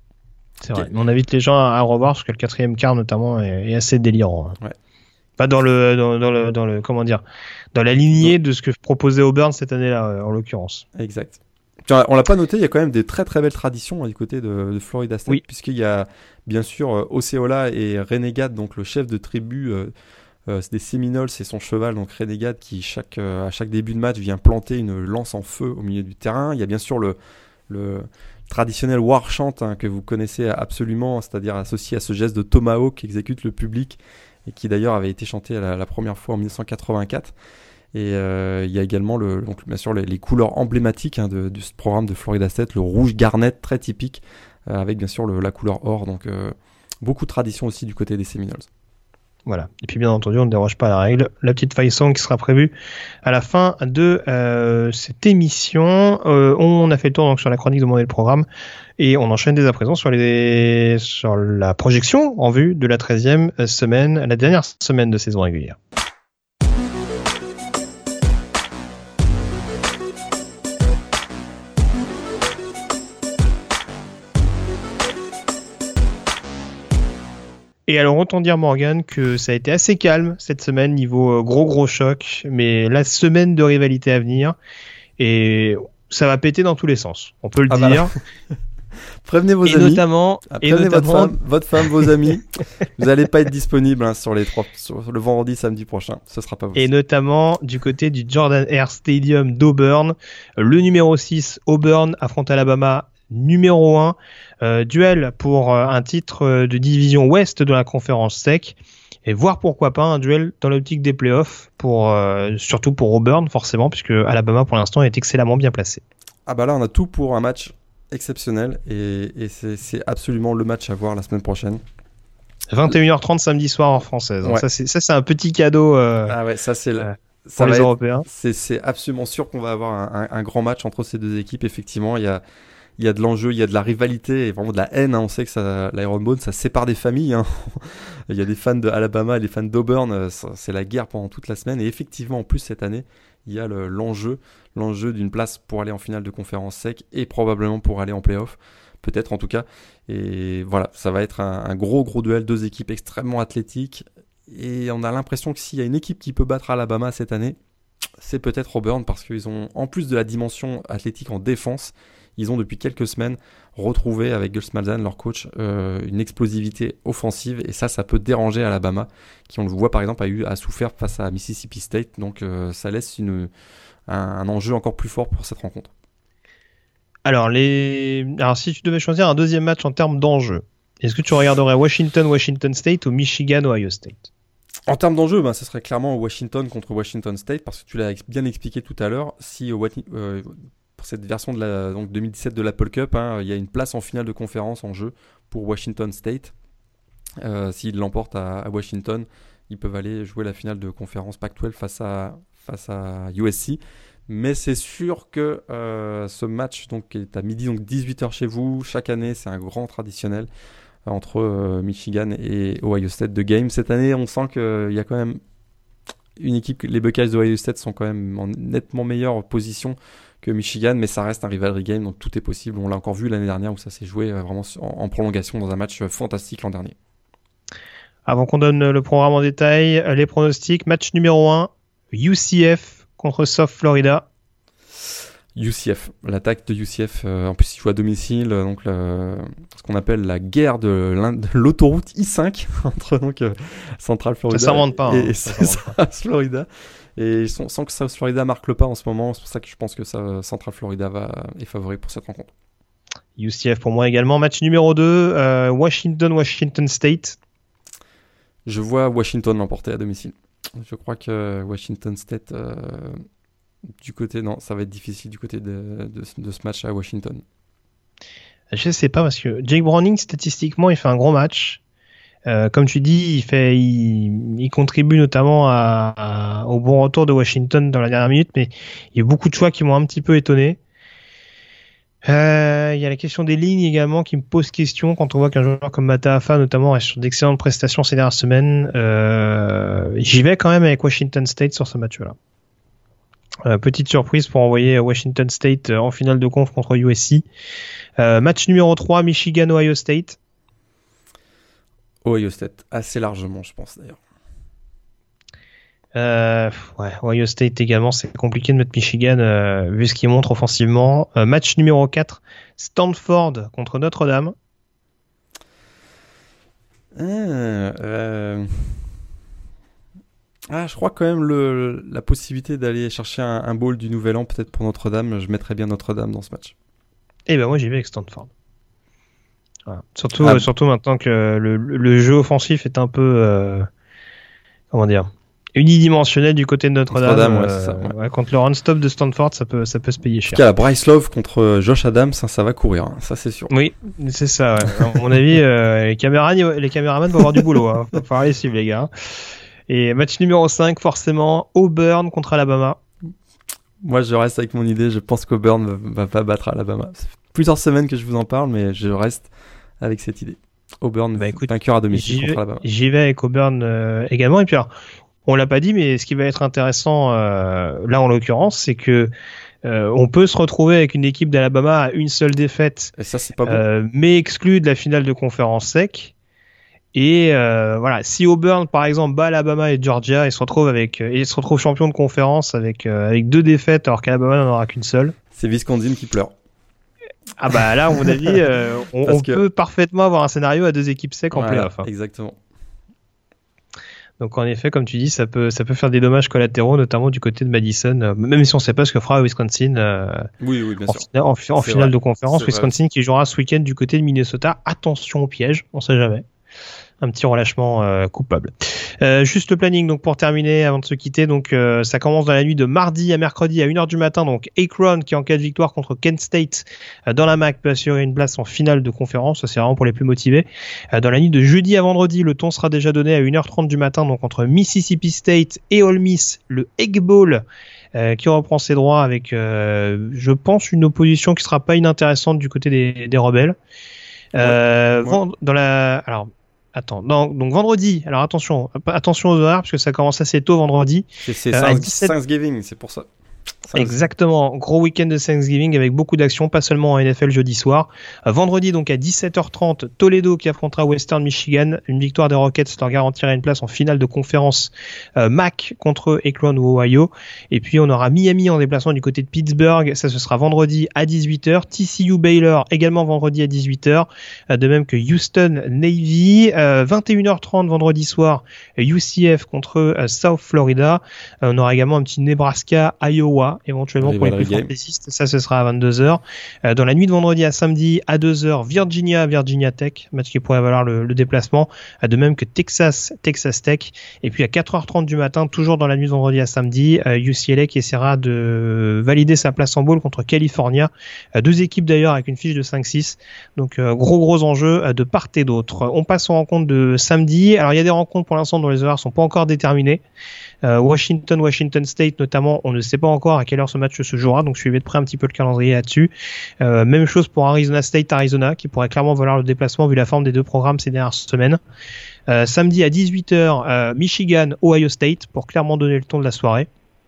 C'est okay. vrai. On invite les gens à, à revoir, parce que le quatrième quart, notamment, est, est assez délirant. Ouais. Pas dans le, dans, dans le, dans le, comment dire, dans la lignée de ce que proposait Auburn cette année-là, en l'occurrence. Exact. On l'a pas noté, il y a quand même des très très belles traditions hein, du côté de, de Florida State, oui. Puisqu'il y a bien sûr euh, Osceola et Renegade, donc le chef de tribu euh, euh, des Seminoles, c'est son cheval, donc Renegade, qui chaque, euh, à chaque début de match vient planter une lance en feu au milieu du terrain. Il y a bien sûr le, le traditionnel war chant hein, que vous connaissez absolument, c'est-à-dire associé à ce geste de tomahawk qu'exécute le public, et qui d'ailleurs avait été chanté la, la première fois en dix-neuf cent quatre-vingt-quatre. Et euh, il y a également le, donc, bien sûr les, les couleurs emblématiques hein, de, de ce programme de Florida State, le rouge garnet très typique, euh, avec bien sûr le, la couleur or. Donc euh, beaucoup de traditions aussi du côté des Seminoles. Voilà. Et puis bien entendu, on ne déroge pas à la règle. La petite fight song qui sera prévue à la fin de euh, cette émission. Euh, on a fait le tour donc sur la chronique de Mon et le programme et on enchaîne dès à présent sur les sur la projection en vue de la treizième semaine, la dernière semaine de saison régulière. Et alors, autant dire, Morgan, que ça a été assez calme cette semaine, niveau euh, gros gros choc, mais la semaine de rivalité à venir, et ça va péter dans tous les sens, on peut le ah dire. Bah Prévenez vos et amis, notamment, prévenez et notamment... votre, femme, votre femme, vos amis, vous n'allez pas être disponible hein, sur, les trois, sur le vendredi, samedi prochain, ce sera pas possible. Et notamment du côté du Jordan Hare Stadium d'Auburn, le numéro six, Auburn affronte Alabama, numéro un, euh, duel pour euh, un titre euh, de division ouest de la conférence S E C, et voir pourquoi pas un duel dans l'optique des playoffs, pour, euh, surtout pour Auburn forcément, puisque Alabama pour l'instant est excellemment bien placé. Ah bah là on a tout pour un match exceptionnel, et, et c'est, c'est absolument le match à voir la semaine prochaine. vingt et une heures trente samedi soir en française, ouais. ça, c'est, ça c'est un petit cadeau euh, ah ouais, ça c'est le... euh, Ça pour les être, Européens. C'est, c'est absolument sûr qu'on va avoir un, un, un grand match entre ces deux équipes. Effectivement, il y a, il y a de l'enjeu, il y a de la rivalité et vraiment de la haine. Hein. On sait que ça, l'Iron Bowl, ça sépare des familles. Hein. Il y a des fans de Alabama et des fans d'Auburn. C'est la guerre pendant toute la semaine. Et effectivement, en plus, cette année, il y a le, l'enjeu, l'enjeu d'une place pour aller en finale de conférence S E C et probablement pour aller en play-off. Peut-être en tout cas. Et voilà, ça va être un, un gros, gros duel. Deux équipes extrêmement athlétiques. Et on a l'impression que s'il y a une équipe qui peut battre Alabama cette année, c'est peut-être Auburn, parce qu'ils ont, en plus de la dimension athlétique en défense, ils ont depuis quelques semaines retrouvé avec Gus Malzahn, leur coach, euh, une explosivité offensive, et ça, ça peut déranger Alabama, qui on le voit par exemple a, eu, a souffert face à Mississippi State, donc euh, ça laisse une, un, un enjeu encore plus fort pour cette rencontre. Alors, les... Alors, si tu devais choisir un deuxième match en termes d'enjeu, est-ce que tu regarderais Washington, Washington State ou Michigan, Ohio State ? En termes d'enjeu, ben, ce serait clairement Washington contre Washington State, parce que tu l'as bien expliqué tout à l'heure. Si euh, pour cette version de la, donc deux mille dix-sept de l'Apple Cup, hein, il y a une place en finale de conférence en jeu pour Washington State. Euh, s'ils l'emportent à, à Washington, ils peuvent aller jouer la finale de conférence Pac douze face à, face à U S C. Mais c'est sûr que euh, ce match donc, est à midi, donc dix-huit heures chez vous. Chaque année, c'est un grand traditionnel entre euh, Michigan et Ohio State de game. Cette année, on sent qu'il y a quand même une équipe, les Buckeyes d'Ohio State sont quand même en nettement meilleure position que Michigan, mais ça reste un rivalry game, donc tout est possible. On l'a encore vu l'année dernière où ça s'est joué vraiment en, en prolongation dans un match fantastique l'an dernier. Avant qu'on donne le programme en détail, les pronostics. Match numéro un, U C F contre South Florida. U C F, l'attaque de U C F, euh, en plus il joue à domicile, donc le, ce qu'on appelle la guerre de, de l'autoroute I cinq entre donc euh, Central Florida ça s'invente pas, et, hein, et ça South Florida. Et ils sont, sans que South Florida marque le pas en ce moment, c'est pour ça que je pense que ça, Central Florida va, est favori pour cette rencontre. U C F pour moi également. Match numéro deux, euh, Washington, Washington State. Je vois Washington l'emporter à domicile. Je crois que Washington State, euh, du côté, non, ça va être difficile du côté de, de, de ce match à Washington. Je sais pas parce que Jake Browning statistiquement il fait un gros match. Euh, comme tu dis, il fait, il, il contribue notamment à, à, au bon retour de Washington dans la dernière minute, mais il y a beaucoup de choix qui m'ont un petit peu étonné. Euh, il y a la question des lignes également qui me pose question quand on voit qu'un joueur comme Mata Afa notamment reste sur d'excellentes prestations ces dernières semaines. Euh, j'y vais quand même avec Washington State sur ce match-là. Euh, petite surprise pour envoyer Washington State en finale de conf contre U S C. Euh, match numéro trois, Michigan Ohio State. Ohio State, assez largement je pense d'ailleurs. Euh, ouais, Ohio State également, c'est compliqué de mettre Michigan euh, vu ce qu'il montre offensivement. Euh, match numéro quatre, Stanford contre Notre-Dame. Ah, euh... ah, je crois quand même le, la possibilité d'aller chercher un, un bowl du Nouvel An peut-être pour Notre-Dame. Je mettrais bien Notre-Dame dans ce match. Et ben moi j'y vais avec Stanford. Voilà. Surtout, ah. euh, surtout maintenant que le, le jeu offensif est un peu, euh, comment dire, unidimensionnel du côté de Notre-Dame. Notre-Dame, ouais, euh, c'est ça, ouais. Ouais, contre le run-stop de Stanford, ça peut, ça peut se payer cher. En tout cas, la Bryce Love contre Josh Adams, ça, ça va courir, hein, ça c'est sûr. Oui, c'est ça. Ouais. À mon avis, euh, les caméras, les caméramans vont avoir du boulot. Hein. Va falloir les suivre, les gars. Et match numéro cinq, forcément, Auburn contre Alabama. Moi, je reste avec mon idée. Je pense qu'Auburn va, va pas battre Alabama. Ça fait plusieurs semaines que je vous en parle, mais je reste avec cette idée. Auburn, bah, écoute, vainqueur à domicile contre vais, Alabama. J'y vais avec Auburn euh, également. Et puis, alors, on l'a pas dit, mais ce qui va être intéressant euh, là en l'occurrence, c'est que euh, on peut se retrouver avec une équipe d'Alabama à une seule défaite, et ça, c'est pas bon. euh, mais exclue de la finale de conférence sec. Et euh, voilà, si Auburn par exemple bat Alabama et Georgia, et se retrouve avec, et se retrouve champion de conférence avec euh, avec deux défaites, alors qu'Alabama n'en aura qu'une seule. C'est Wisconsin qui pleure. Ah bah là, à mon avis, euh, on, on que... peut parfaitement avoir un scénario à deux équipes secs en voilà, play-off. Hein. Exactement. Donc en effet, comme tu dis, ça peut ça peut faire des dommages collatéraux, notamment du côté de Madison, euh, même si on ne sait pas ce que fera Wisconsin euh, oui, oui, bien en, sûr. Fina, en, en finale vrai. de conférence. C'est Wisconsin vrai. Qui jouera ce week-end du côté de Minnesota. Attention au piège, on ne sait jamais. Un petit relâchement euh, coupable. Euh, juste le planning donc pour terminer avant de se quitter. Donc euh, ça commence dans la nuit de mardi à mercredi à une heure du matin. Donc Akron qui en cas de victoire contre Kent State euh, dans la M A C peut assurer une place en finale de conférence. Ça c'est vraiment pour les plus motivés. Euh, dans la nuit de jeudi à vendredi, le ton sera déjà donné à une heure trente du matin. Donc entre Mississippi State et Ole Miss, le Egg Bowl. Euh, qui reprend ses droits avec, euh, je pense, une opposition qui sera pas inintéressante du côté des, des rebelles. Euh, ouais, ouais. Dans la, alors. Attends, non, donc vendredi, alors attention, attention aux horaires parce que ça commence assez tôt vendredi. C'est, c'est euh, dix-sept... Thanksgiving, c'est pour ça. Exactement, gros week-end de Thanksgiving avec beaucoup d'actions, pas seulement en N F L jeudi soir. Euh, vendredi donc à dix-sept heures trente, Toledo qui affrontera Western Michigan. Une victoire des Rockets leur garantirait une place en finale de conférence euh, M A C contre Akron ou Ohio. Et puis on aura Miami en déplacement du côté de Pittsburgh, ça ce sera vendredi à dix-huit heures. T C U Baylor également vendredi à dix-huit heures, euh, de même que Houston Navy. Euh, vingt et une heures trente vendredi soir, U C F contre euh, South Florida. Euh, on aura également un petit Nebraska Iowa éventuellement pour les plus fantaisistes, ça ce sera à vingt-deux heures. Euh, dans la nuit de vendredi à samedi à deux heures, Virginia, Virginia Tech, match qui pourrait valoir le, le déplacement, euh, de même que Texas, Texas Tech. Et puis à quatre heures trente du matin, toujours dans la nuit de vendredi à samedi, euh, U C L A qui essaiera de valider sa place en bowl contre California. Euh, deux équipes d'ailleurs avec une fiche de cinq six. Donc euh, gros gros enjeux euh, de part et d'autre. On passe aux rencontres de samedi. Alors il y a des rencontres pour l'instant dont les horaires sont pas encore déterminés. Euh, Washington, Washington State notamment, on ne sait pas encore à quelle heure ce match se jouera, donc suivez de près un petit peu le calendrier là-dessus. Euh, même chose pour Arizona State, Arizona, qui pourrait clairement valoir le déplacement vu la forme des deux programmes ces dernières semaines. Euh, samedi à dix-huit heures, euh, Michigan, Ohio State, pour clairement donner le ton de la soirée.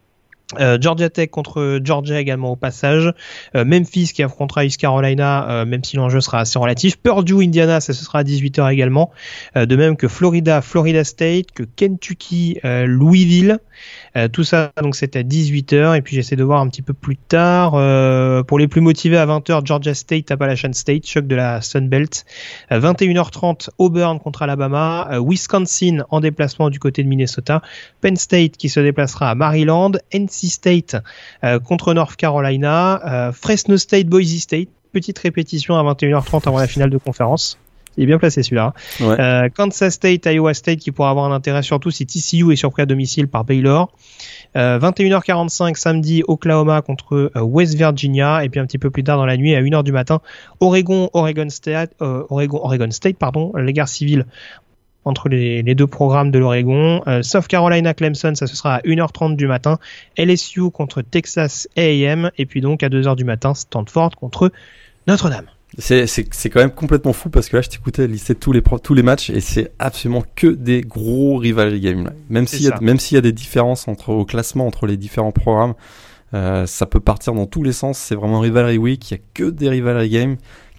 Euh, Georgia Tech contre Georgia également au passage. Euh, Memphis qui affrontera East Carolina, euh, même si l'enjeu sera assez relatif. Purdue, Indiana, ça ce sera à dix-huit heures également. Euh, de même que Florida, Florida State, que Kentucky, euh, Louisville. Euh, tout ça, donc c'est à dix-huit heures. Et puis j'essaie de voir un petit peu plus tard. Euh, pour les plus motivés, à vingt heures, Georgia State, Appalachian State, choc de la Sun Belt. Euh, vingt et une heures trente, Auburn contre Alabama. Euh, Wisconsin en déplacement du côté de Minnesota. Penn State qui se déplacera à Maryland. N C State euh, contre North Carolina. Euh, Fresno State, Boise State. Petite répétition à vingt et une heures trente avant la finale de conférence. Il est bien placé celui-là. Ouais. Euh, Kansas State, Iowa State qui pourra avoir un intérêt surtout si T C U est surpris à domicile par Baylor. Euh, vingt et une heures quarante-cinq samedi, Oklahoma contre euh, West Virginia. Et puis un petit peu plus tard dans la nuit à une heure du matin, Oregon, Oregon State, euh, Oregon, Oregon State, pardon, les guerres civiles entre les, les deux programmes de l'Oregon. Euh, South Carolina, Clemson, ça ce sera à une heure trente du matin. L S U contre Texas A and M. Et puis donc à deux heures du matin, Stanford contre Notre-Dame. C'est, c'est, c'est quand même complètement fou parce que là, je t'écoutais lister tous les, tous les matchs et c'est absolument que des gros rivalry games. Même s'il y a, même s'il y a des différences entre, au classement entre les différents programmes, euh, ça peut partir dans tous les sens. C'est vraiment rivalry week. Il y a que des rivalry games.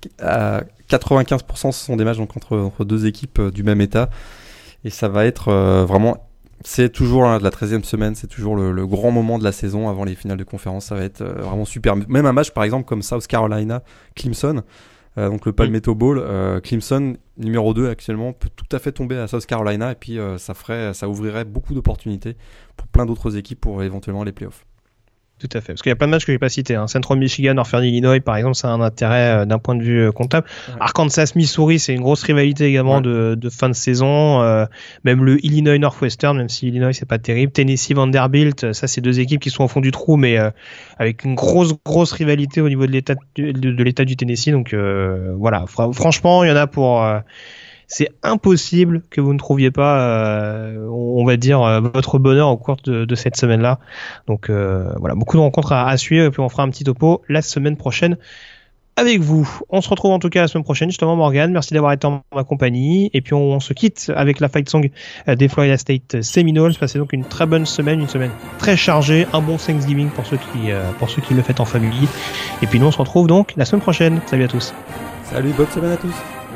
À quatre-vingt-quinze pour cent, ce sont des matchs donc entre, entre deux équipes euh, du même état. Et ça va être euh, vraiment, c'est toujours hein, la treizième semaine, c'est toujours le, le grand moment de la saison avant les finales de conférence. Ça va être euh, vraiment super. Même un match par exemple comme South Carolina, Clemson, euh, donc le Palmetto Bowl, euh, Clemson numéro deux actuellement peut tout à fait tomber à South Carolina et puis euh, ça ferait, ça ouvrirait beaucoup d'opportunités pour plein d'autres équipes pour éventuellement les playoffs. Tout à fait, parce qu'il y a plein de matchs que j'ai pas cités. Hein. Central Michigan, Northern Illinois, par exemple, ça a un intérêt euh, d'un point de vue euh, comptable. Ouais. Arkansas, Missouri, c'est une grosse rivalité également ouais. de, de fin de saison. Euh, même le Illinois Northwestern, même si Illinois c'est pas terrible. Tennessee, Vanderbilt, ça c'est deux équipes qui sont au fond du trou, mais euh, avec une grosse grosse rivalité au niveau de l'état de, de, de l'état du Tennessee. Donc euh, voilà, Fra- franchement, il y en a pour. Euh, c'est impossible que vous ne trouviez pas, euh, on va dire, euh, votre bonheur au cours de, de cette semaine-là. Donc euh, voilà, beaucoup de rencontres à, à suivre et puis on fera un petit topo la semaine prochaine avec vous. On se retrouve en tout cas la semaine prochaine, justement Morgane. Merci d'avoir été en ma compagnie. Et puis on, on se quitte avec la fight song des Florida State Seminoles. Passez donc une très bonne semaine, une semaine très chargée. Un bon Thanksgiving pour ceux qui, euh, pour ceux qui le fêtent en famille. Et puis nous on se retrouve donc la semaine prochaine. Salut à tous. Salut, bonne semaine à tous.